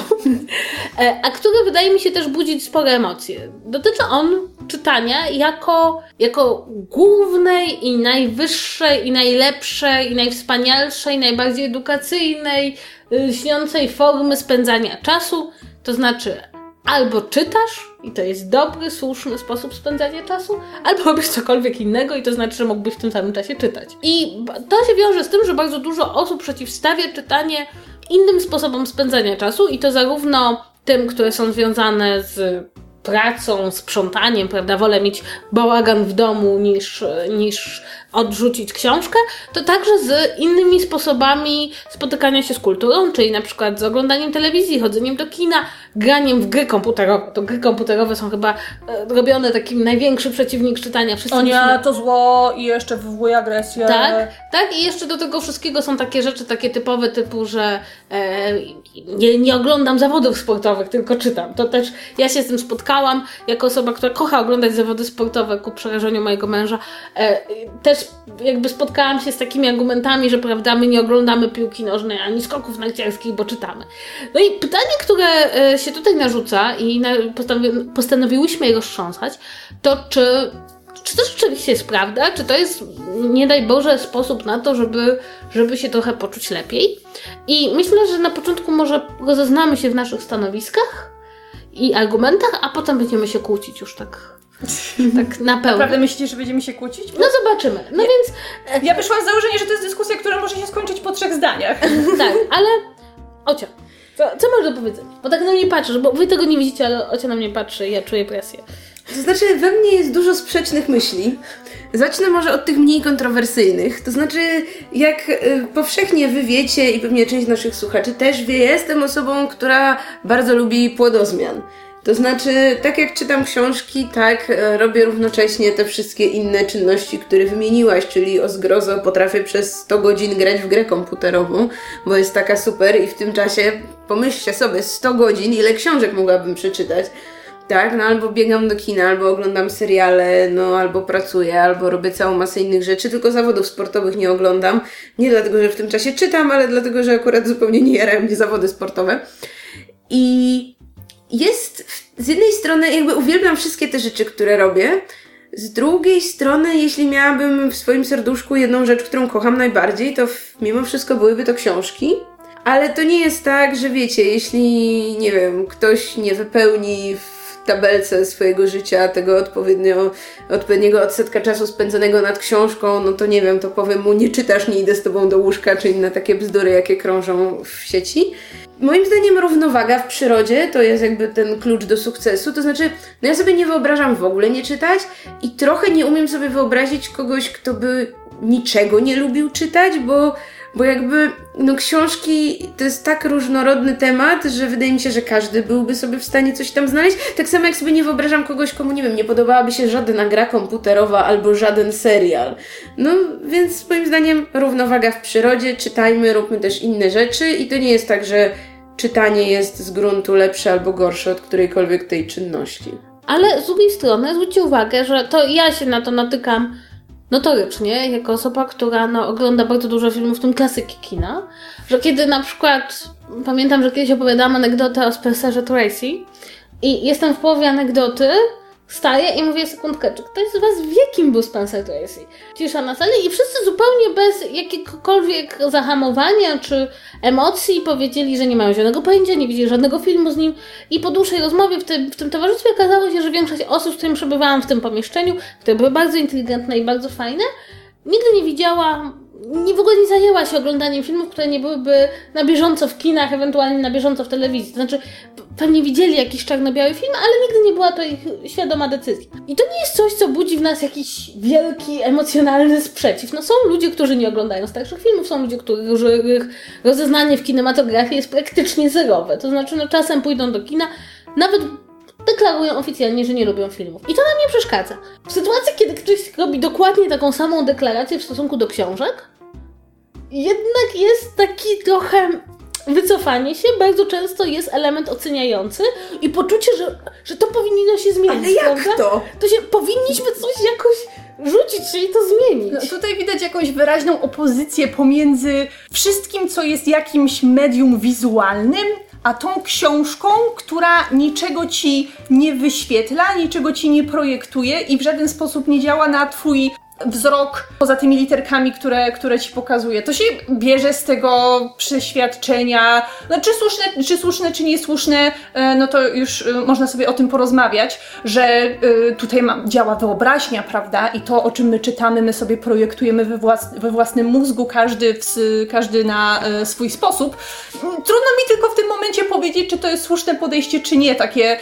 A który wydaje mi się też budzić spore emocje. Dotyczy on czytania jako głównej i najwyższej i najlepszej i najwspanialszej, i najbardziej edukacyjnej, lśniącej formy spędzania czasu. To znaczy albo czytasz i to jest dobry, słuszny sposób spędzania czasu, albo robisz cokolwiek innego i to znaczy, że mógłbyś w tym samym czasie czytać. I to się wiąże z tym, że bardzo dużo osób przeciwstawia czytanie innym sposobom spędzania czasu i to zarówno tym, które są związane z pracą, sprzątaniem, prawda, wolę mieć bałagan w domu niż odrzucić książkę, to także z innymi sposobami spotykania się z kulturą, czyli na przykład z oglądaniem telewizji, chodzeniem do kina, graniem w gry komputerowe. To gry komputerowe są chyba robione takim największy przeciwnik czytania. O nie, to zło i jeszcze wywołuje agresję. Tak, i jeszcze do tego wszystkiego są takie rzeczy, takie typowe typu, że nie oglądam zawodów sportowych, tylko czytam. To też ja się z tym spotkałam, jako osoba, która kocha oglądać zawody sportowe ku przerażeniu mojego męża. Też jakby spotkałam się z takimi argumentami, że prawda, my nie oglądamy piłki nożnej ani skoków narciarskich, bo czytamy. No i pytanie, które się tutaj narzuca i postanowiłyśmy je roztrząsać, to czy to rzeczywiście jest prawda? Czy to jest, nie daj Boże, sposób na to, żeby się trochę poczuć lepiej? I myślę, że na początku może rozeznamy się w naszych stanowiskach i argumentach, a potem będziemy się kłócić już tak na pełno. Naprawdę myślicie, że będziemy się kłócić? No zobaczymy. Więc... Ja wyszłam z założenia, że to jest dyskusja, która może się skończyć po 3 zdaniach. Tak, ale... Ocia, co masz do powiedzenia? Bo tak na mnie patrzysz, bo wy tego nie widzicie, ale Ocia na mnie patrzy i ja czuję presję. To znaczy, we mnie jest dużo sprzecznych myśli. Zacznę może od tych mniej kontrowersyjnych. To znaczy, jak powszechnie wy wiecie i pewnie część naszych słuchaczy też wie, jestem osobą, która bardzo lubi płodozmian. To znaczy, tak jak czytam książki, tak robię równocześnie te wszystkie inne czynności, które wymieniłaś, czyli o zgrozo potrafię przez 100 godzin grać w grę komputerową, bo jest taka super i w tym czasie, pomyślcie sobie, 100 godzin, ile książek mogłabym przeczytać. Tak, no albo biegam do kina, albo oglądam seriale, no albo pracuję, albo robię całą masę innych rzeczy, tylko zawodów sportowych nie oglądam. Nie dlatego, że w tym czasie czytam, ale dlatego, że akurat zupełnie nie jarają mnie zawody sportowe. I jest z jednej strony jakby uwielbiam wszystkie te rzeczy, które robię, z drugiej strony jeśli miałabym w swoim serduszku jedną rzecz, którą kocham najbardziej, to mimo wszystko byłyby to książki. Ale to nie jest tak, że wiecie, jeśli, nie wiem, ktoś nie wypełni w tabelce swojego życia tego odpowiedniego odsetka czasu spędzonego nad książką, no to nie wiem, to powiem mu, nie czytasz, nie idę z tobą do łóżka, czy inne takie bzdury, jakie krążą w sieci. Moim zdaniem równowaga w przyrodzie to jest jakby ten klucz do sukcesu, to znaczy, no ja sobie nie wyobrażam w ogóle nie czytać i trochę nie umiem sobie wyobrazić kogoś, kto by niczego nie lubił czytać, bo jakby, no książki to jest tak różnorodny temat, że wydaje mi się, że każdy byłby sobie w stanie coś tam znaleźć. Tak samo jak sobie nie wyobrażam kogoś, komu, nie wiem, nie podobałaby się żadna gra komputerowa albo żaden serial. No, więc moim zdaniem równowaga w przyrodzie, czytajmy, róbmy też inne rzeczy i to nie jest tak, że czytanie jest z gruntu lepsze albo gorsze od którejkolwiek tej czynności. Ale z drugiej strony zwróćcie uwagę, że to ja się na to natykam notorycznie, jako osoba, która ogląda bardzo dużo filmów, w tym klasyki kina, że kiedy na przykład, pamiętam, że kiedyś opowiadałam anegdotę o Spencerze Tracy i jestem w połowie anegdoty, wstaję i mówię, sekundkę, czy ktoś z was wie, kim był Spencer Tracy? Cisza na sali i wszyscy zupełnie bez jakiegokolwiek zahamowania czy emocji powiedzieli, że nie mają żadnego pojęcia, nie widzieli żadnego filmu z nim i po dłuższej rozmowie w tym towarzystwie okazało się, że większość osób, z którymi przebywałam w tym pomieszczeniu, które były bardzo inteligentne i bardzo fajne, nigdy nie widziała, w ogóle nie zajęła się oglądaniem filmów, które nie byłyby na bieżąco w kinach, ewentualnie na bieżąco w telewizji. To znaczy, pewnie widzieli jakiś czarno-biały film, ale nigdy nie była to ich świadoma decyzja. I to nie jest coś, co budzi w nas jakiś wielki, emocjonalny sprzeciw. Są ludzie, którzy nie oglądają starszych filmów, są ludzie, których rozeznanie w kinematografii jest praktycznie zerowe. To znaczy, czasem pójdą do kina, nawet deklarują oficjalnie, że nie lubią filmów. I to nam nie przeszkadza. W sytuacji, kiedy ktoś robi dokładnie taką samą deklarację w stosunku do książek, jednak jest taki trochę wycofanie się, bardzo często jest element oceniający i poczucie, że to powinno się zmienić. Ale jak prawda? to? To się powinniśmy coś jakoś rzucić się i to zmienić. Tutaj widać jakąś wyraźną opozycję pomiędzy wszystkim, co jest jakimś medium wizualnym, a tą książką, która niczego ci nie wyświetla, niczego ci nie projektuje i w żaden sposób nie działa na twój wzrok poza tymi literkami, które ci pokazuje. To się bierze z tego przeświadczenia, czy słuszne, czy niesłuszne, to już można sobie o tym porozmawiać, że tutaj działa wyobraźnia, prawda? I to, o czym my czytamy, my sobie projektujemy we własnym mózgu, każdy na swój sposób. Trudno mi tylko w tym momencie powiedzieć, czy to jest słuszne podejście, czy nie. Takie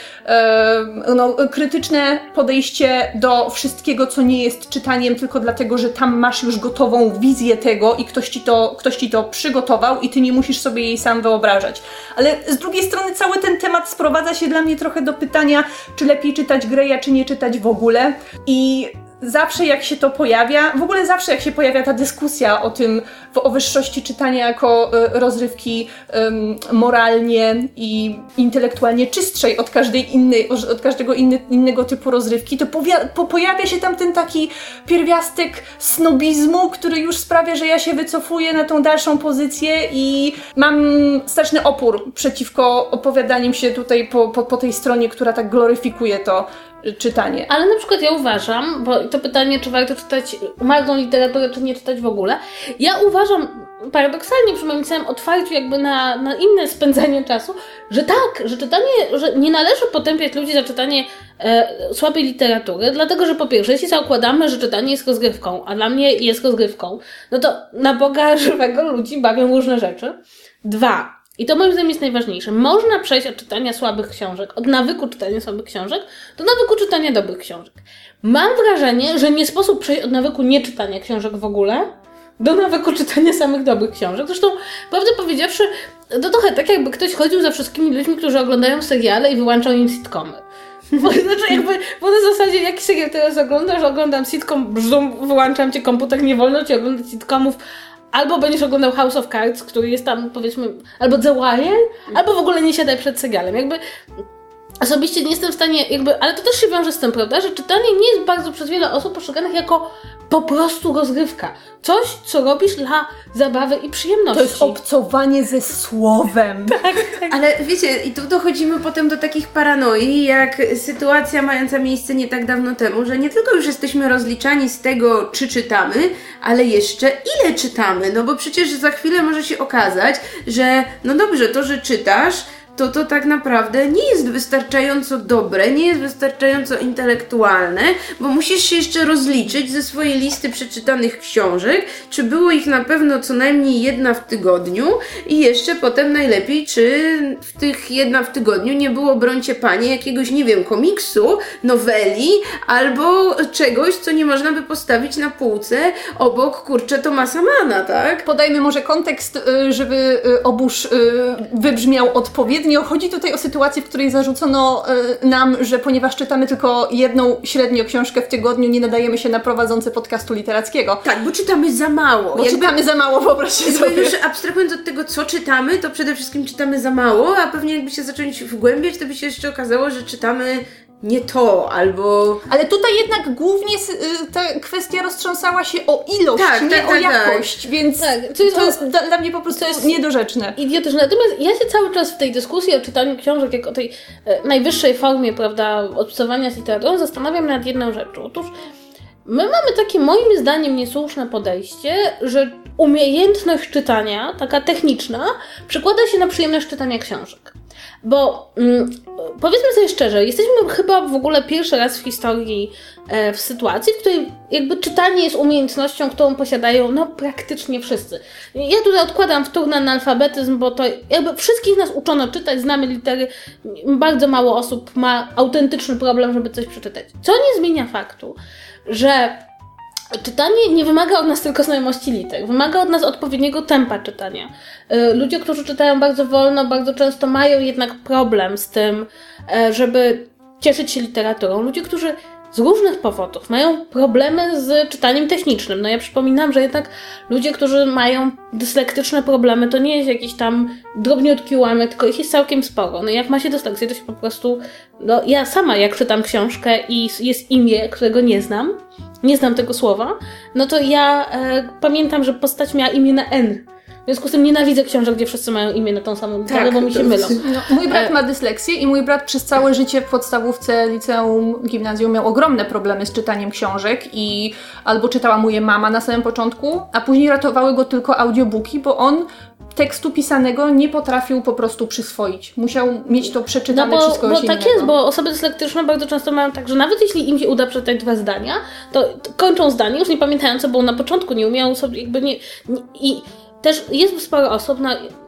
krytyczne podejście do wszystkiego, co nie jest czytaniem tylko dlatego, że tam masz już gotową wizję tego i ktoś ci to przygotował i ty nie musisz sobie jej sam wyobrażać. Ale z drugiej strony cały ten temat sprowadza się dla mnie trochę do pytania, czy lepiej czytać Greya, czy nie czytać w ogóle. I zawsze jak się to pojawia, w ogóle zawsze jak się pojawia ta dyskusja o wyższości czytania jako rozrywki moralnie i intelektualnie czystszej od każdego innego typu rozrywki, to pojawia się tam ten taki pierwiastek snobizmu, który już sprawia, że ja się wycofuję na tą dalszą pozycję i mam straszny opór przeciwko opowiadaniem się tutaj po tej stronie, która tak gloryfikuje to czytanie. Ale na przykład ja uważam, bo to pytanie, czy warto czytać marną literaturę, czy nie czytać w ogóle, ja uważam paradoksalnie przy moim całym otwarciu jakby na inne spędzanie czasu, że tak, że czytanie, że nie należy potępiać ludzi za czytanie słabej literatury, dlatego, że po pierwsze, jeśli zakładamy, że czytanie jest rozgrywką, a dla mnie jest rozgrywką, to na Boga żywego ludzi bawią różne rzeczy. 2. I to moim zdaniem jest najważniejsze. Można przejść od czytania słabych książek, od nawyku czytania słabych książek, do nawyku czytania dobrych książek. Mam wrażenie, że nie sposób przejść od nawyku nieczytania książek w ogóle do nawyku czytania samych dobrych książek. Zresztą, prawdę powiedziawszy, to trochę tak, jakby ktoś chodził za wszystkimi ludźmi, którzy oglądają seriale i wyłączał im sitcomy. Znaczy jakby, bo na zasadzie, jaki serial teraz oglądasz? Oglądam sitcom, brzum, wyłączam cię komputer, nie wolno ci oglądać sitcomów. Albo będziesz oglądał House of Cards, który jest tam, powiedzmy, albo The Wire, albo w ogóle nie siadaj przed serialem. Jakby osobiście nie jestem w stanie, ale to też się wiąże z tym, prawda, że czytanie nie jest bardzo przez wiele osób postrzeganych jako po prostu rozgrywka. Coś, co robisz dla zabawy i przyjemności. To jest obcowanie ze słowem. Tak. Ale wiecie, i tu dochodzimy potem do takich paranoi, jak sytuacja mająca miejsce nie tak dawno temu, że nie tylko już jesteśmy rozliczani z tego, czy czytamy, ale jeszcze ile czytamy. No bo przecież za chwilę może się okazać, że no dobrze, to, że czytasz, to tak naprawdę nie jest wystarczająco dobre, nie jest wystarczająco intelektualne, bo musisz się jeszcze rozliczyć ze swojej listy przeczytanych książek, czy było ich na pewno co najmniej jedna w tygodniu i jeszcze potem najlepiej, czy w tych jedna w tygodniu nie było, brońcie panie, jakiegoś, nie wiem, komiksu, noweli albo czegoś, co nie można by postawić na półce obok, kurczę, Thomasa Manna, tak? Podajmy może kontekst, żeby obóz wybrzmiał odpowiednio. Chodzi tutaj o sytuację, w której zarzucono nam, że ponieważ czytamy tylko jedną średnio książkę w tygodniu, nie nadajemy się na prowadzące podcastu literackiego. Tak, bo czytamy za mało. Czytamy za mało, wyobraźcie sobie. Już abstrahując od tego, co czytamy, to przede wszystkim czytamy za mało, a pewnie jakby się zacząć wgłębiać, to by się jeszcze okazało, że czytamy nie to, albo... Ale tutaj jednak głównie ta kwestia roztrząsała się o ilość, nie o jakość, więc to jest dla mnie po prostu niedorzeczne. Idiotyczne. Natomiast ja się cały czas w tej dyskusji o czytaniu książek, jak o tej najwyższej formie, prawda, obcowania z literaturą, zastanawiam nad jedną rzeczą. Otóż my mamy takie, moim zdaniem, niesłuszne podejście, że umiejętność czytania, taka techniczna, przekłada się na przyjemność czytania książek. Bo powiedzmy sobie szczerze, jesteśmy chyba w ogóle pierwszy raz w historii w sytuacji, w której jakby czytanie jest umiejętnością, którą posiadają praktycznie wszyscy. Ja tutaj odkładam wtór na analfabetyzm, bo to jakby wszystkich nas uczono czytać, znamy litery, bardzo mało osób ma autentyczny problem, żeby coś przeczytać. Co nie zmienia faktu, że czytanie nie wymaga od nas tylko znajomości liter, wymaga od nas odpowiedniego tempa czytania. Ludzie, którzy czytają bardzo wolno, bardzo często mają jednak problem z tym, żeby cieszyć się literaturą. Ludzie, którzy z różnych powodów mają problemy z czytaniem technicznym. Ja przypominam, że jednak ludzie, którzy mają dyslektyczne problemy, to nie jest jakiś tam drobniutki ułamek, tylko ich jest całkiem sporo. Jak ma się dysleksję, to się po prostu... ja sama jak czytam książkę i jest imię, którego nie znam tego słowa, to ja pamiętam, że postać miała imię na N. W związku z tym nienawidzę książek, gdzie wszyscy mają imię na tą samą literę, bo mi się mylą. Mój brat ma dysleksję i mój brat przez całe życie w podstawówce, liceum, gimnazjum miał ogromne problemy z czytaniem książek i albo czytała mu je mama na samym początku, a później ratowały go tylko audiobooki, bo on tekstu pisanego nie potrafił po prostu przyswoić. Musiał mieć to przeczytane przez kogoś innego. Tak jest, bo osoby dyslektyczne bardzo często mają tak, że nawet jeśli im się uda przeczytać 2 zdania, to kończą zdanie, już nie pamiętają, co było na początku, nie umieją sobie jakby i też jest sporo osób,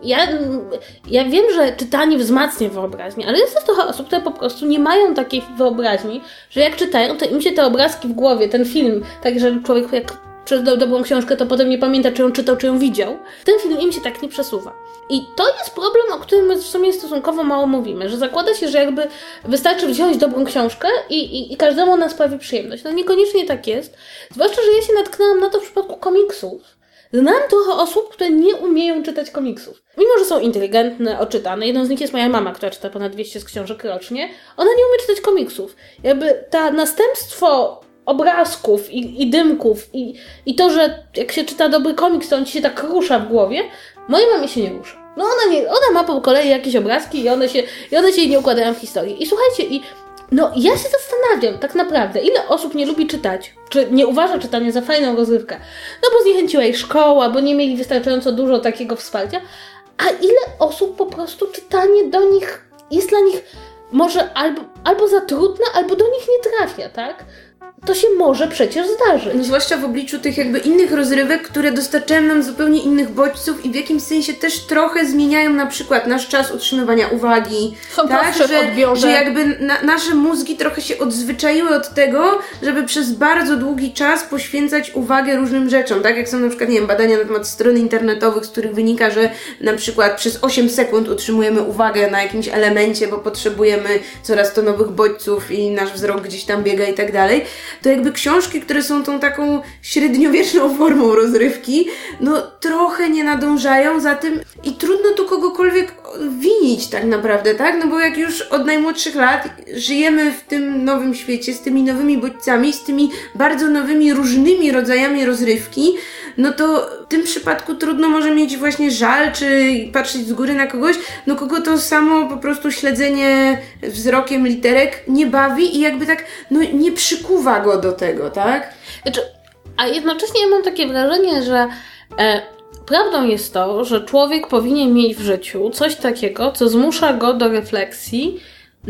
ja wiem, że czytanie wzmacnia wyobraźnię, ale jest też trochę osób, które po prostu nie mają takiej wyobraźni, że jak czytają, to im się te obrazki w głowie, ten film, tak, że człowiek jak przeczytał dobrą książkę, to potem nie pamięta, czy ją czytał, czy ją widział. Ten film im się tak nie przesuwa. I to jest problem, o którym my w sumie stosunkowo mało mówimy, że zakłada się, że jakby wystarczy wziąć dobrą książkę i każdemu ona sprawi przyjemność. Niekoniecznie tak jest. Zwłaszcza, że ja się natknęłam na to w przypadku komiksów. Znam trochę osób, które nie umieją czytać komiksów. Mimo, że są inteligentne, oczytane. Jedną z nich jest moja mama, która czyta ponad 200 książek rocznie. Ona nie umie czytać komiksów. Jakby ta następstwo obrazków i dymków i to, że jak się czyta dobry komiks, to on ci się tak rusza w głowie, mojej mamie się nie rusza. Ona ma po kolei jakieś obrazki i one się jej nie układają w historii. I słuchajcie, ja się zastanawiam tak naprawdę, ile osób nie lubi czytać, czy nie uważa czytania za fajną rozrywkę, bo zniechęciła jej szkoła, bo nie mieli wystarczająco dużo takiego wsparcia, a ile osób po prostu czytanie do nich jest dla nich może albo za trudne, albo do nich nie trafia, tak? To się może przecież zdarzyć. Zwłaszcza w obliczu tych jakby innych rozrywek, które dostarczają nam zupełnie innych bodźców i w jakimś sensie też trochę zmieniają na przykład nasz czas utrzymywania uwagi. Są prostsze w odbiorze. Że jakby nasze mózgi trochę się odzwyczaiły od tego, żeby przez bardzo długi czas poświęcać uwagę różnym rzeczom. Tak jak są na przykład, badania na temat stron internetowych, z których wynika, że na przykład przez 8 sekund utrzymujemy uwagę na jakimś elemencie, bo potrzebujemy coraz to nowych bodźców i nasz wzrok gdzieś tam biega i tak dalej. To jakby książki, które są tą taką średniowieczną formą rozrywki, trochę nie nadążają za tym i trudno tu kogokolwiek winić tak naprawdę, tak? Bo jak już od najmłodszych lat żyjemy w tym nowym świecie, z tymi nowymi bodźcami, z tymi bardzo nowymi, różnymi rodzajami rozrywki, to w tym przypadku trudno może mieć właśnie żal, czy patrzeć z góry na kogoś, kogo to samo po prostu śledzenie wzrokiem literek nie bawi i jakby tak, nie przykuwa go do tego, tak? A jednocześnie ja mam takie wrażenie, że prawdą jest to, że człowiek powinien mieć w życiu coś takiego, co zmusza go do refleksji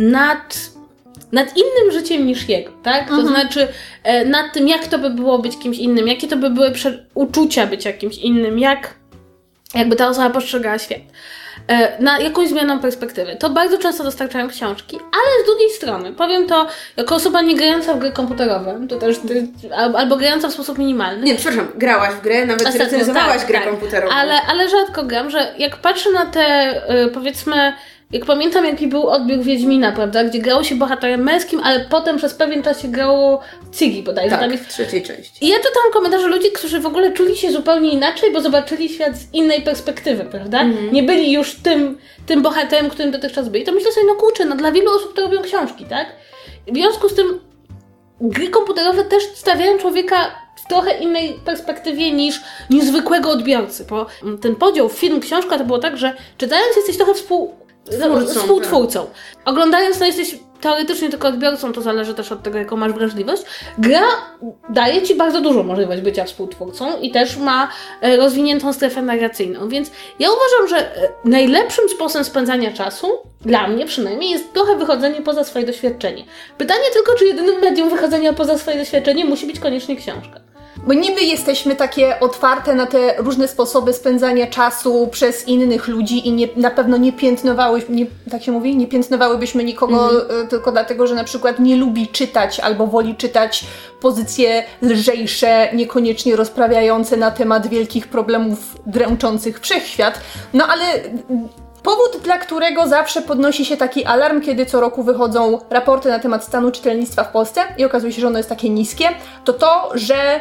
nad innym życiem niż jego, tak? To znaczy nad tym, jak to by było być kimś innym, jakie to by były uczucia być jakimś innym, jakby ta osoba postrzegała świat. Na jakąś zmianą perspektywy. To bardzo często dostarczają książki, ale z drugiej strony, powiem to jako osoba nie grająca w gry komputerowe, to też albo grająca w sposób minimalny. Nie, przepraszam, grałaś w grę, nawet recenzowałaś grę komputerową. Ale rzadko gram, że jak patrzę na te, powiedzmy, Jak pamiętam, jaki był odbiór Wiedźmina, prawda? Gdzie grało się bohaterem męskim, ale potem przez pewien czas się grało Ciri bodajże. Tak, tam jest... w trzeciej części. I ja czytałam komentarze ludzi, którzy w ogóle czuli się zupełnie inaczej, bo zobaczyli świat z innej perspektywy, prawda? Nie byli już tym bohaterem, którym dotychczas byli. To myślę sobie, no kurczę, no dla wielu osób to robią książki, tak? W związku z tym gry komputerowe też stawiają człowieka w trochę innej perspektywie niż zwykłego odbiorcy, bo ten podział film, książka to było tak, że czytając jesteś trochę współtwórcą. Tak. Oglądając, no jesteś teoretycznie tylko odbiorcą, to zależy też od tego, jaką masz wrażliwość. Gra daje ci bardzo dużo możliwość bycia współtwórcą i też ma rozwiniętą strefę narracyjną, więc ja uważam, że najlepszym sposobem spędzania czasu, dla mnie przynajmniej, jest trochę wychodzenie poza swoje doświadczenie. Pytanie tylko, czy jedynym medium wychodzenia poza swoje doświadczenie musi być koniecznie książka. Bo niby jesteśmy takie otwarte na te różne sposoby spędzania czasu przez innych ludzi i na pewno nie piętnowałybyśmy nikogo tylko dlatego, że na przykład nie lubi czytać albo woli czytać pozycje lżejsze, niekoniecznie rozprawiające na temat wielkich problemów dręczących wszechświat. No ale powód, dla którego zawsze podnosi się taki alarm, kiedy co roku wychodzą raporty na temat stanu czytelnictwa w Polsce i okazuje się, że ono jest takie niskie, to, że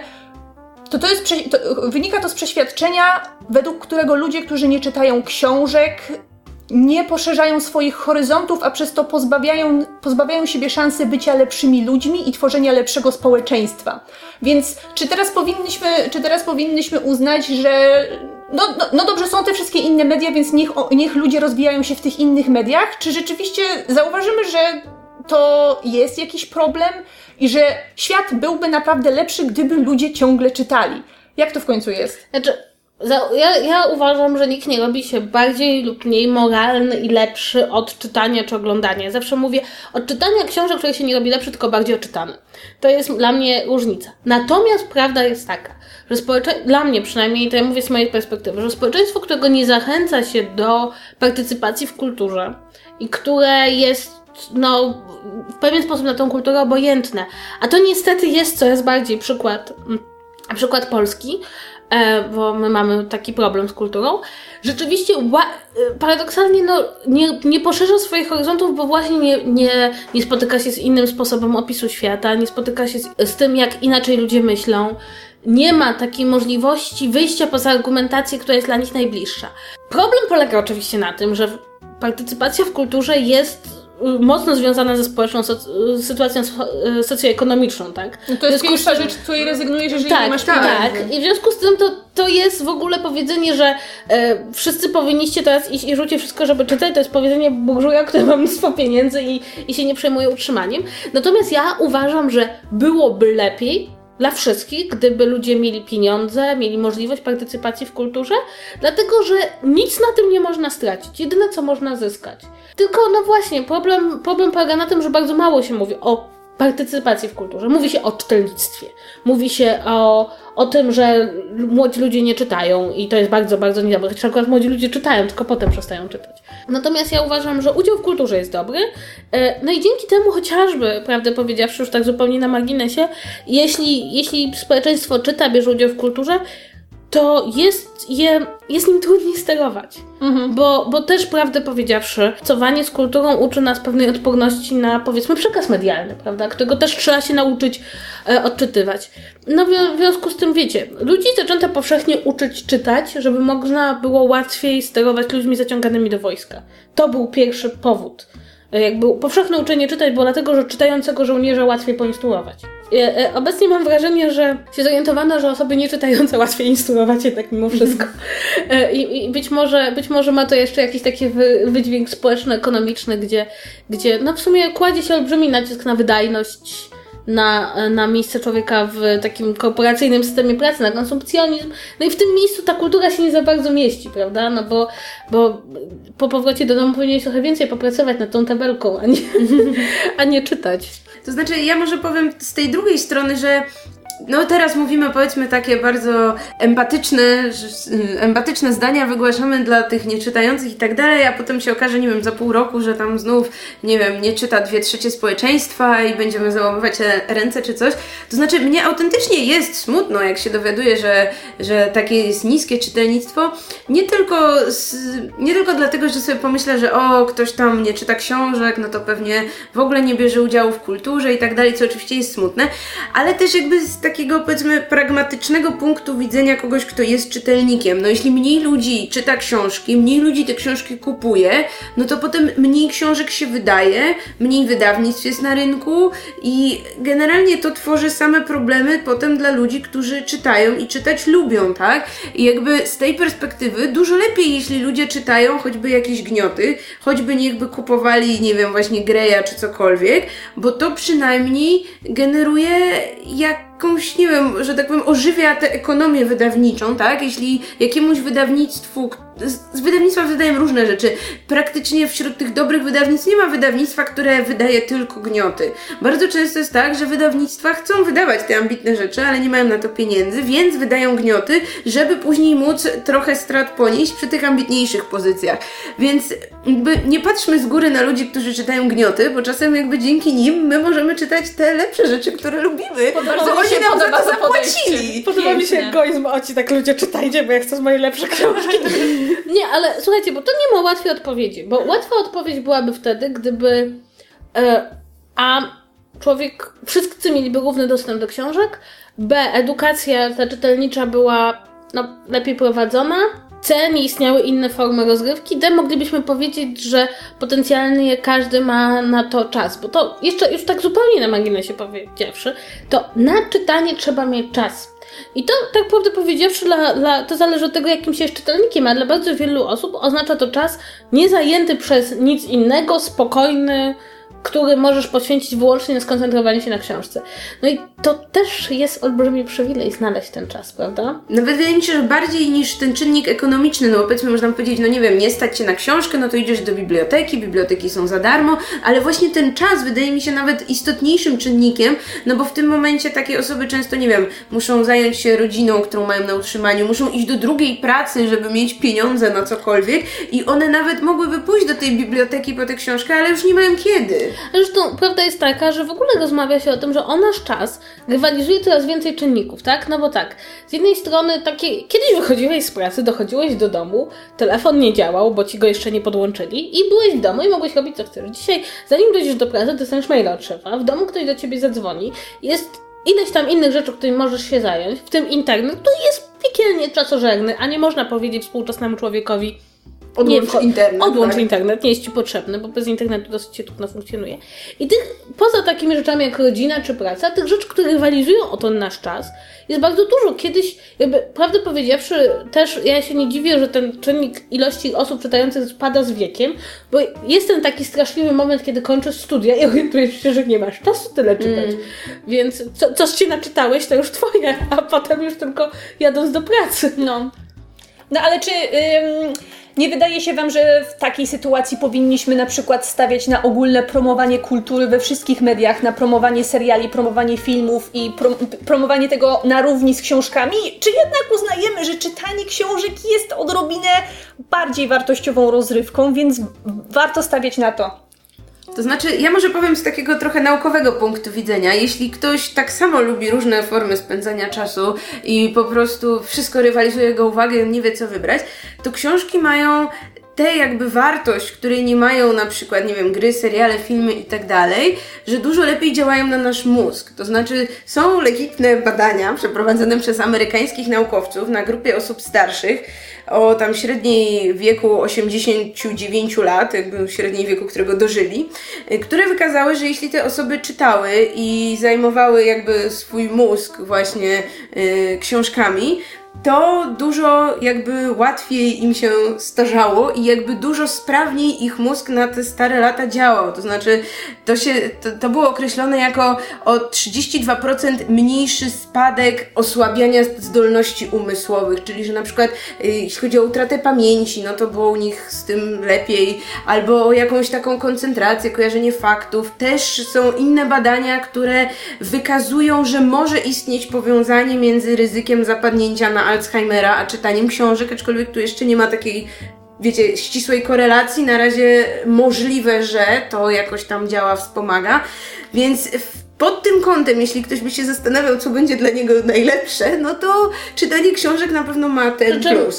wynika to z przeświadczenia, według którego ludzie, którzy nie czytają książek, nie poszerzają swoich horyzontów, a przez to pozbawiają siebie szansy bycia lepszymi ludźmi i tworzenia lepszego społeczeństwa. Więc czy teraz powinnyśmy uznać, że no dobrze, są te wszystkie inne media, więc niech ludzie rozwijają się w tych innych mediach? Czy rzeczywiście zauważymy, że to jest jakiś problem i że świat byłby naprawdę lepszy, gdyby ludzie ciągle czytali? Jak to w końcu jest? Znaczy, ja uważam, że nikt nie robi się bardziej lub mniej moralny i lepszy od czytania czy oglądania. Ja zawsze mówię, od czytania książek, które się nie robi lepszy, tylko bardziej odczytany. To jest dla mnie różnica. Natomiast prawda jest taka, że dla mnie przynajmniej, to ja mówię z mojej perspektywy, że społeczeństwo, którego nie zachęca się do partycypacji w kulturze i które jest w pewien sposób na tą kulturę obojętne, a to niestety jest coraz bardziej przykład Polski, bo my mamy taki problem z kulturą, rzeczywiście paradoksalnie nie poszerza swoich horyzontów, bo właśnie nie spotyka się z innym sposobem opisu świata, nie spotyka się z tym, jak inaczej ludzie myślą, nie ma takiej możliwości wyjścia poza argumentację, która jest dla nich najbliższa. Problem polega oczywiście na tym, że partycypacja w kulturze jest mocno związana ze społeczną sytuacją socjoekonomiczną, tak? No to jest pierwsza rzecz, z której rezygnujesz, jeżeli nie masz pieniędzy. Tak, i w związku z tym to jest w ogóle powiedzenie, że wszyscy powinniście teraz iść i rzucić wszystko, żeby czytać, to jest powiedzenie burżuja, który ma mnóstwo pieniędzy i się nie przejmuje utrzymaniem. Natomiast ja uważam, że byłoby lepiej dla wszystkich, gdyby ludzie mieli pieniądze, mieli możliwość partycypacji w kulturze, dlatego, że nic na tym nie można stracić. Jedyne, co można zyskać. Tylko, właśnie, problem polega na tym, że bardzo mało się mówi o partycypacji w kulturze. Mówi się o czytelnictwie. Mówi się o tym, że młodzi ludzie nie czytają i to jest bardzo, bardzo niedobre. Chociaż akurat młodzi ludzie czytają, tylko potem przestają czytać. Natomiast ja uważam, że udział w kulturze jest dobry. No i dzięki temu chociażby, prawdę powiedziawszy, już tak zupełnie na marginesie, jeśli społeczeństwo czyta, bierze udział w kulturze, to jest nim trudniej sterować. Bo też, prawdę powiedziawszy, obcowanie z kulturą uczy nas pewnej odporności na, powiedzmy, przekaz medialny, prawda? Którego też trzeba się nauczyć odczytywać. No w związku z tym, wiecie, ludzi zaczęto powszechnie uczyć czytać, żeby można było łatwiej sterować ludźmi zaciąganymi do wojska. To był pierwszy powód. Jakby powszechne uczenie czytać było dlatego, że czytającego żołnierza łatwiej poinstruować. Obecnie mam wrażenie, że się zorientowano, że osoby nieczytające łatwiej instruować jednak mimo wszystko. I być może ma to jeszcze jakiś taki wydźwięk społeczno-ekonomiczny, gdzie w sumie kładzie się olbrzymi nacisk na wydajność, na miejsce człowieka w takim korporacyjnym systemie pracy, na konsumpcjonizm. No i w tym miejscu ta kultura się nie za bardzo mieści, prawda? No bo po powrocie do domu powinieneś trochę więcej popracować nad tą tabelką, a nie czytać. To znaczy, ja może powiem z tej drugiej strony, że no teraz mówimy, powiedzmy, takie bardzo empatyczne zdania wygłaszamy dla tych nieczytających i tak dalej, a potem się okaże, nie wiem, za pół roku, że tam znów, nie wiem, nie czyta 2/3 społeczeństwa i będziemy załamywać ręce czy coś. To znaczy, mnie autentycznie jest smutno, jak się dowiaduję, że takie jest niskie czytelnictwo, nie tylko dlatego, że sobie pomyślę, że ktoś tam nie czyta książek, no to pewnie w ogóle nie bierze udziału w kulturze i tak dalej, co oczywiście jest smutne, ale też jakby z takiego, powiedzmy, pragmatycznego punktu widzenia kogoś, kto jest czytelnikiem. No jeśli mniej ludzi czyta książki, mniej ludzi te książki kupuje, no to potem mniej książek się wydaje, mniej wydawnictw jest na rynku i generalnie to tworzy same problemy potem dla ludzi, którzy czytają i czytać lubią, tak? I jakby z tej perspektywy dużo lepiej, jeśli ludzie czytają choćby jakieś gnioty, choćby niechby kupowali, nie wiem, właśnie Greya czy cokolwiek, bo to przynajmniej generuje jakąś, nie wiem, że tak powiem, ożywia tę ekonomię wydawniczą, tak? Jeśli jakiemuś wydawnictwu, z wydawnictwa wydają różne rzeczy. Praktycznie wśród tych dobrych wydawnictw nie ma wydawnictwa, które wydaje tylko gnioty. Bardzo często jest tak, że wydawnictwa chcą wydawać te ambitne rzeczy, ale nie mają na to pieniędzy, więc wydają gnioty, żeby później móc trochę strat ponieść przy tych ambitniejszych pozycjach. Więc jakby nie patrzmy z góry na ludzi, którzy czytają gnioty, bo czasem jakby dzięki nim my możemy czytać te lepsze rzeczy, które lubimy. Oni nam za to zapłacili. Podoba mi się egoizm oci, tak ludzie czytajcie, bo ja chcę z mojej lepsze książki. Nie, ale słuchajcie, bo to nie ma łatwej odpowiedzi, bo łatwa odpowiedź byłaby wtedy, gdyby człowiek, wszyscy mieliby równy dostęp do książek, edukacja ta czytelnicza była lepiej prowadzona, nie istniały inne formy rozrywki, moglibyśmy powiedzieć, że potencjalnie każdy ma na to czas, bo to jeszcze już tak zupełnie na marginesie powiedziawszy, to na czytanie trzeba mieć czas. I to, tak prawdę powiedziawszy, to zależy od tego, jakim się jest czytelnikiem, a dla bardzo wielu osób oznacza to czas niezajęty przez nic innego, spokojny, który możesz poświęcić wyłącznie na skoncentrowanie się na książce. No i to też jest olbrzymi przywilej znaleźć ten czas, prawda? No wydaje mi się, że bardziej niż ten czynnik ekonomiczny, no bo powiedzmy można powiedzieć, no nie wiem, nie stać się na książkę, no to idziesz do biblioteki są za darmo, ale właśnie ten czas wydaje mi się nawet istotniejszym czynnikiem, no bo w tym momencie takie osoby często, nie wiem, muszą zająć się rodziną, którą mają na utrzymaniu, muszą iść do drugiej pracy, żeby mieć pieniądze na cokolwiek i one nawet mogłyby pójść do tej biblioteki po tę książkę, ale już nie mają kiedy. Zresztą prawda jest taka, że w ogóle rozmawia się o tym, że o nasz czas rywalizuje coraz więcej czynników, tak? No bo tak, z jednej strony kiedyś wychodziłeś z pracy, dochodziłeś do domu, telefon nie działał, bo ci go jeszcze nie podłączyli i byłeś w domu i mogłeś robić co chcesz. Dzisiaj, zanim dojdziesz do pracy, dostaniesz maila od szefa, w domu ktoś do ciebie zadzwoni, jest ileś tam innych rzeczy, którymi możesz się zająć, w tym internet, który jest piekielnie czasożerny, a nie można powiedzieć współczesnemu człowiekowi: Odłącz internet, nie jest ci potrzebny, bo bez internetu dosyć się trudno funkcjonuje. I poza takimi rzeczami jak rodzina czy praca, tych rzeczy, które rywalizują o ten nasz czas, jest bardzo dużo. Kiedyś, prawdę powiedziawszy, też ja się nie dziwię, że ten czynnik ilości osób czytających spada z wiekiem, bo jest ten taki straszliwy moment, kiedy kończysz studia i orientujesz się, że nie masz czasu tyle czytać. Więc coś ci naczytałeś, to już twoje, a potem już tylko jadąc do pracy. No ale czy nie wydaje się wam, że w takiej sytuacji powinniśmy na przykład stawiać na ogólne promowanie kultury we wszystkich mediach, na promowanie seriali, promowanie filmów i promowanie tego na równi z książkami? Czy jednak uznajemy, że czytanie książek jest odrobinę bardziej wartościową rozrywką, więc warto stawiać na to? To znaczy, ja może powiem z takiego trochę naukowego punktu widzenia. Jeśli ktoś tak samo lubi różne formy spędzania czasu i po prostu wszystko rywalizuje jego uwagę i on nie wie, co wybrać, to książki mają tę jakby wartość, której nie mają na przykład, nie wiem, gry, seriale, filmy i tak dalej, że dużo lepiej działają na nasz mózg. To znaczy, są legitne badania przeprowadzone przez amerykańskich naukowców na grupie osób starszych o tam średniej wieku 89 lat, jakby średniej wieku, którego dożyli, które wykazały, że jeśli te osoby czytały i zajmowały jakby swój mózg właśnie książkami, to dużo jakby łatwiej im się starzało i jakby dużo sprawniej ich mózg na te stare lata działał. To znaczy, to było określone jako o 32% mniejszy spadek osłabiania zdolności umysłowych, czyli że na przykład jeśli chodzi o utratę pamięci, no to było u nich z tym lepiej, albo o jakąś taką koncentrację, kojarzenie faktów. Też są inne badania, które wykazują, że może istnieć powiązanie między ryzykiem zapadnięcia na Alzheimera, a czytaniem książek, aczkolwiek tu jeszcze nie ma takiej, wiecie, ścisłej korelacji. Na razie możliwe, że to jakoś tam działa, wspomaga. Więc pod tym kątem, jeśli ktoś by się zastanawiał, co będzie dla niego najlepsze, no to czytanie książek na pewno ma ten plus.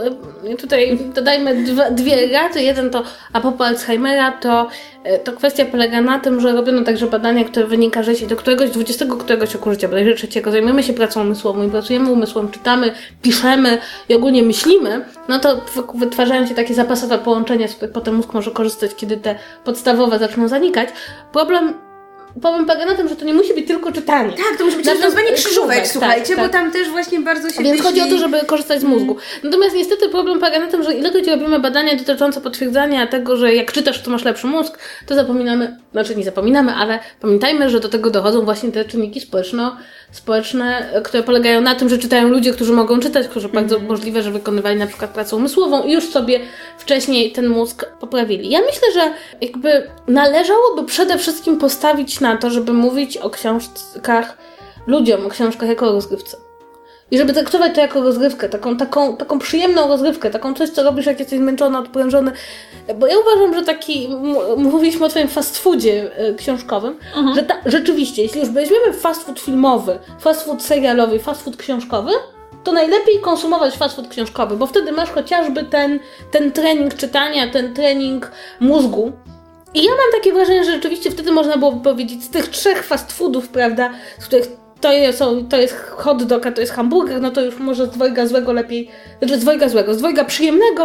Tutaj dodajmy dwie rady. Jeden to a propos Alzheimera, to kwestia polega na tym, że robiono także badania, które wynika, że jeśli do któregoś 20 któregoś roku życia, bodajże 3, zajmujemy się pracą umysłową i pracujemy umysłem, czytamy, piszemy i ogólnie myślimy, no to wytwarzają się takie zapasowe połączenia, z których potem mózg może korzystać, kiedy te podstawowe zaczną zanikać. Problem polega na tym, że to nie musi być tylko czytanie. Tak, to musi być rozwiązanie krzyżówek, słuchajcie, tak. Bo tam też właśnie bardzo się Więc chodzi o to, żeby korzystać z mózgu. Natomiast niestety problem polega na tym, że ilekroć robimy badania dotyczące potwierdzania tego, że jak czytasz, to masz lepszy mózg, to nie zapominamy, ale pamiętajmy, że do tego dochodzą właśnie te czynniki społeczne, które polegają na tym, że czytają ludzie, którzy mogą czytać, którzy bardzo możliwe, że wykonywali na przykład pracę umysłową i już sobie wcześniej ten mózg poprawili. Ja myślę, że jakby należałoby przede wszystkim postawić na to, żeby mówić o książkach ludziom, o książkach jako o rozgrywce. I żeby traktować to jako rozgrywkę, taką przyjemną rozgrywkę, taką coś, co robisz, jak jesteś zmęczony, odprężony. Bo ja uważam, że mówiliśmy o twoim fast foodzie książkowym, że rzeczywiście, jeśli już weźmiemy fast food filmowy, fast food serialowy, fast food książkowy, to najlepiej konsumować fast food książkowy, bo wtedy masz chociażby ten trening czytania, ten trening mózgu. I ja mam takie wrażenie, że rzeczywiście wtedy można byłoby powiedzieć, z tych 3 fast foodów, prawda, z których to jest hot dog, a to jest hamburger, no to już może z dwojga złego lepiej, z dwojga przyjemnego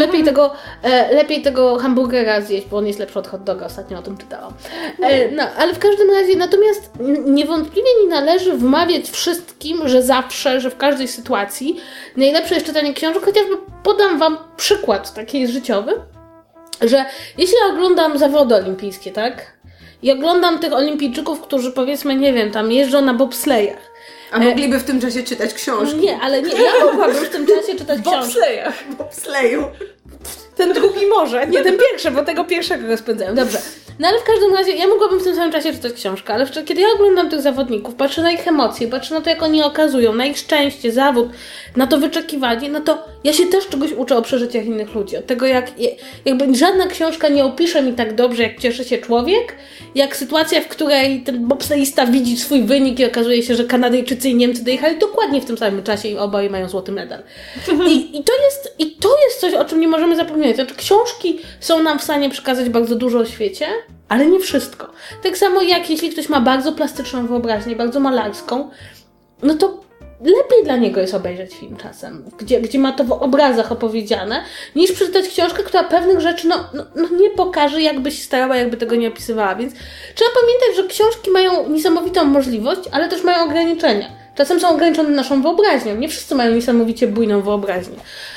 lepiej tego hamburgera zjeść, bo on jest lepszy od hot doga, ostatnio o tym czytałam. No, ale w każdym razie, natomiast niewątpliwie nie należy wmawiać wszystkim, że zawsze, że w każdej sytuacji najlepsze jest czytanie książek, chociażby podam wam przykład taki życiowy, że jeśli oglądam zawody olimpijskie, tak? I oglądam tych olimpijczyków, którzy powiedzmy, nie wiem, tam jeżdżą na bobslejach. A mogliby w tym czasie czytać książki. Nie, ja mogłabym w tym czasie czytać książki. Bobsleju. Ten drugi może, nie ten pierwszy, bo tego pierwszego rozpędzałem. Dobrze. No ale w każdym razie ja mogłabym w tym samym czasie czytać książkę, ale kiedy ja oglądam tych zawodników, patrzę na ich emocje, patrzę na to, jak oni okazują, na ich szczęście, zawód, na to wyczekiwanie, no to ja się też czegoś uczę o przeżyciach innych ludzi. Od tego, jakby żadna książka nie opisze mi tak dobrze, jak cieszy się człowiek, jak sytuacja, w której ten bobsleista widzi swój wynik i okazuje się, że Kanadyjczycy i Niemcy dojechali dokładnie w tym samym czasie i obaj mają złoty medal. I to jest coś, o czym nie możemy zapominać. Znaczy, książki są nam w stanie przekazać bardzo dużo o świecie, ale nie wszystko. Tak samo jak jeśli ktoś ma bardzo plastyczną wyobraźnię, bardzo malarską, no to lepiej dla niego jest obejrzeć film czasem, gdzie ma to w obrazach opowiedziane, niż przeczytać książkę, która pewnych rzeczy nie pokaże, jakby się starała, jakby tego nie opisywała. Więc trzeba pamiętać, że książki mają niesamowitą możliwość, ale też mają ograniczenia. Czasem są ograniczone naszą wyobraźnią. Nie wszyscy mają niesamowicie bujną wyobraźnię.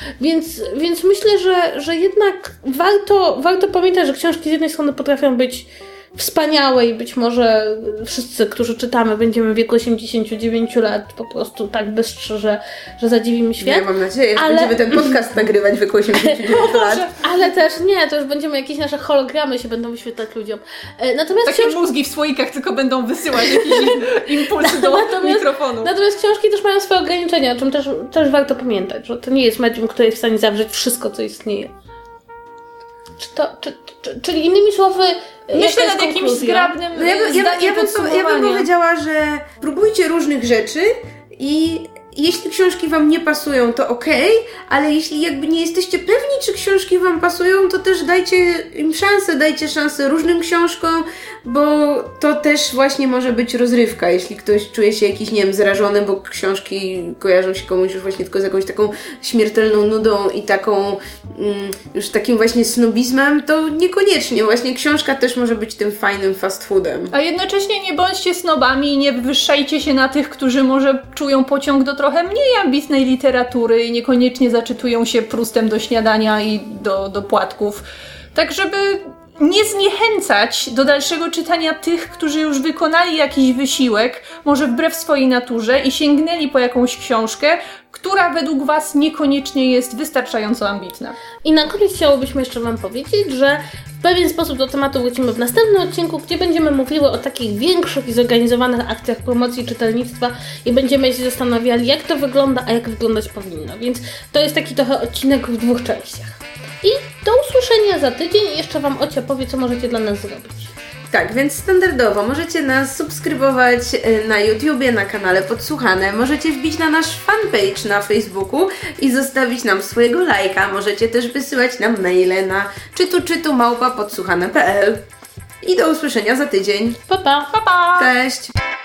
Więc myślę, że jednak warto pamiętać, że książki z jednej strony potrafią być wspaniałe i być może wszyscy, którzy czytamy, będziemy w wieku 89 lat po prostu tak bystrzy, że zadziwimy świat. Ja mam nadzieję, że będziemy ten podcast nagrywać w wieku 89 lat. Ale też nie, to już będziemy jakieś nasze hologramy się będą wyświetlać ludziom. Natomiast takie mózgi w słoikach tylko będą wysyłać jakieś impulsy do mikrofonu. Natomiast książki też mają swoje ograniczenia, o czym też warto pamiętać, że to nie jest medium, które jest w stanie zawrzeć wszystko, co istnieje. Czyli innymi słowy, myślę nad jakimś zgrabnym ja bym powiedziała, że próbujcie różnych rzeczy i jeśli książki wam nie pasują, to okej, ale jeśli jakby nie jesteście pewni, czy książki wam pasują, to też dajcie im szansę, dajcie szansę różnym książkom, bo to też właśnie może być rozrywka, jeśli ktoś czuje się jakiś, nie wiem, zrażony, bo książki kojarzą się komuś już właśnie tylko z jakąś taką śmiertelną nudą i taką już takim właśnie snobizmem, to niekoniecznie. Właśnie książka też może być tym fajnym fast foodem. A jednocześnie nie bądźcie snobami i nie wywyższajcie się na tych, którzy może czują pociąg do trochę mniej ambitnej literatury i niekoniecznie zaczytują się Proustem do śniadania i do płatków. Tak, żeby nie zniechęcać do dalszego czytania tych, którzy już wykonali jakiś wysiłek, może wbrew swojej naturze i sięgnęli po jakąś książkę, która według Was niekoniecznie jest wystarczająco ambitna. I na koniec chciałobyśmy jeszcze Wam powiedzieć, że w pewien sposób do tematu wrócimy w następnym odcinku, gdzie będziemy mówiły o takich większych i zorganizowanych akcjach promocji czytelnictwa i będziemy się zastanawiali, jak to wygląda, a jak wyglądać powinno. Więc to jest taki trochę odcinek w 2 częściach. I do usłyszenia za tydzień i jeszcze Wam Ocia powie, co możecie dla nas zrobić. Tak, więc standardowo możecie nas subskrybować na YouTubie, na kanale Podsłuchane, możecie wbić na nasz fanpage na Facebooku i zostawić nam swojego lajka, możecie też wysyłać nam maile na czytu@podsłuchane.pl. I do usłyszenia za tydzień. Pa, pa! Pa, pa! Cześć!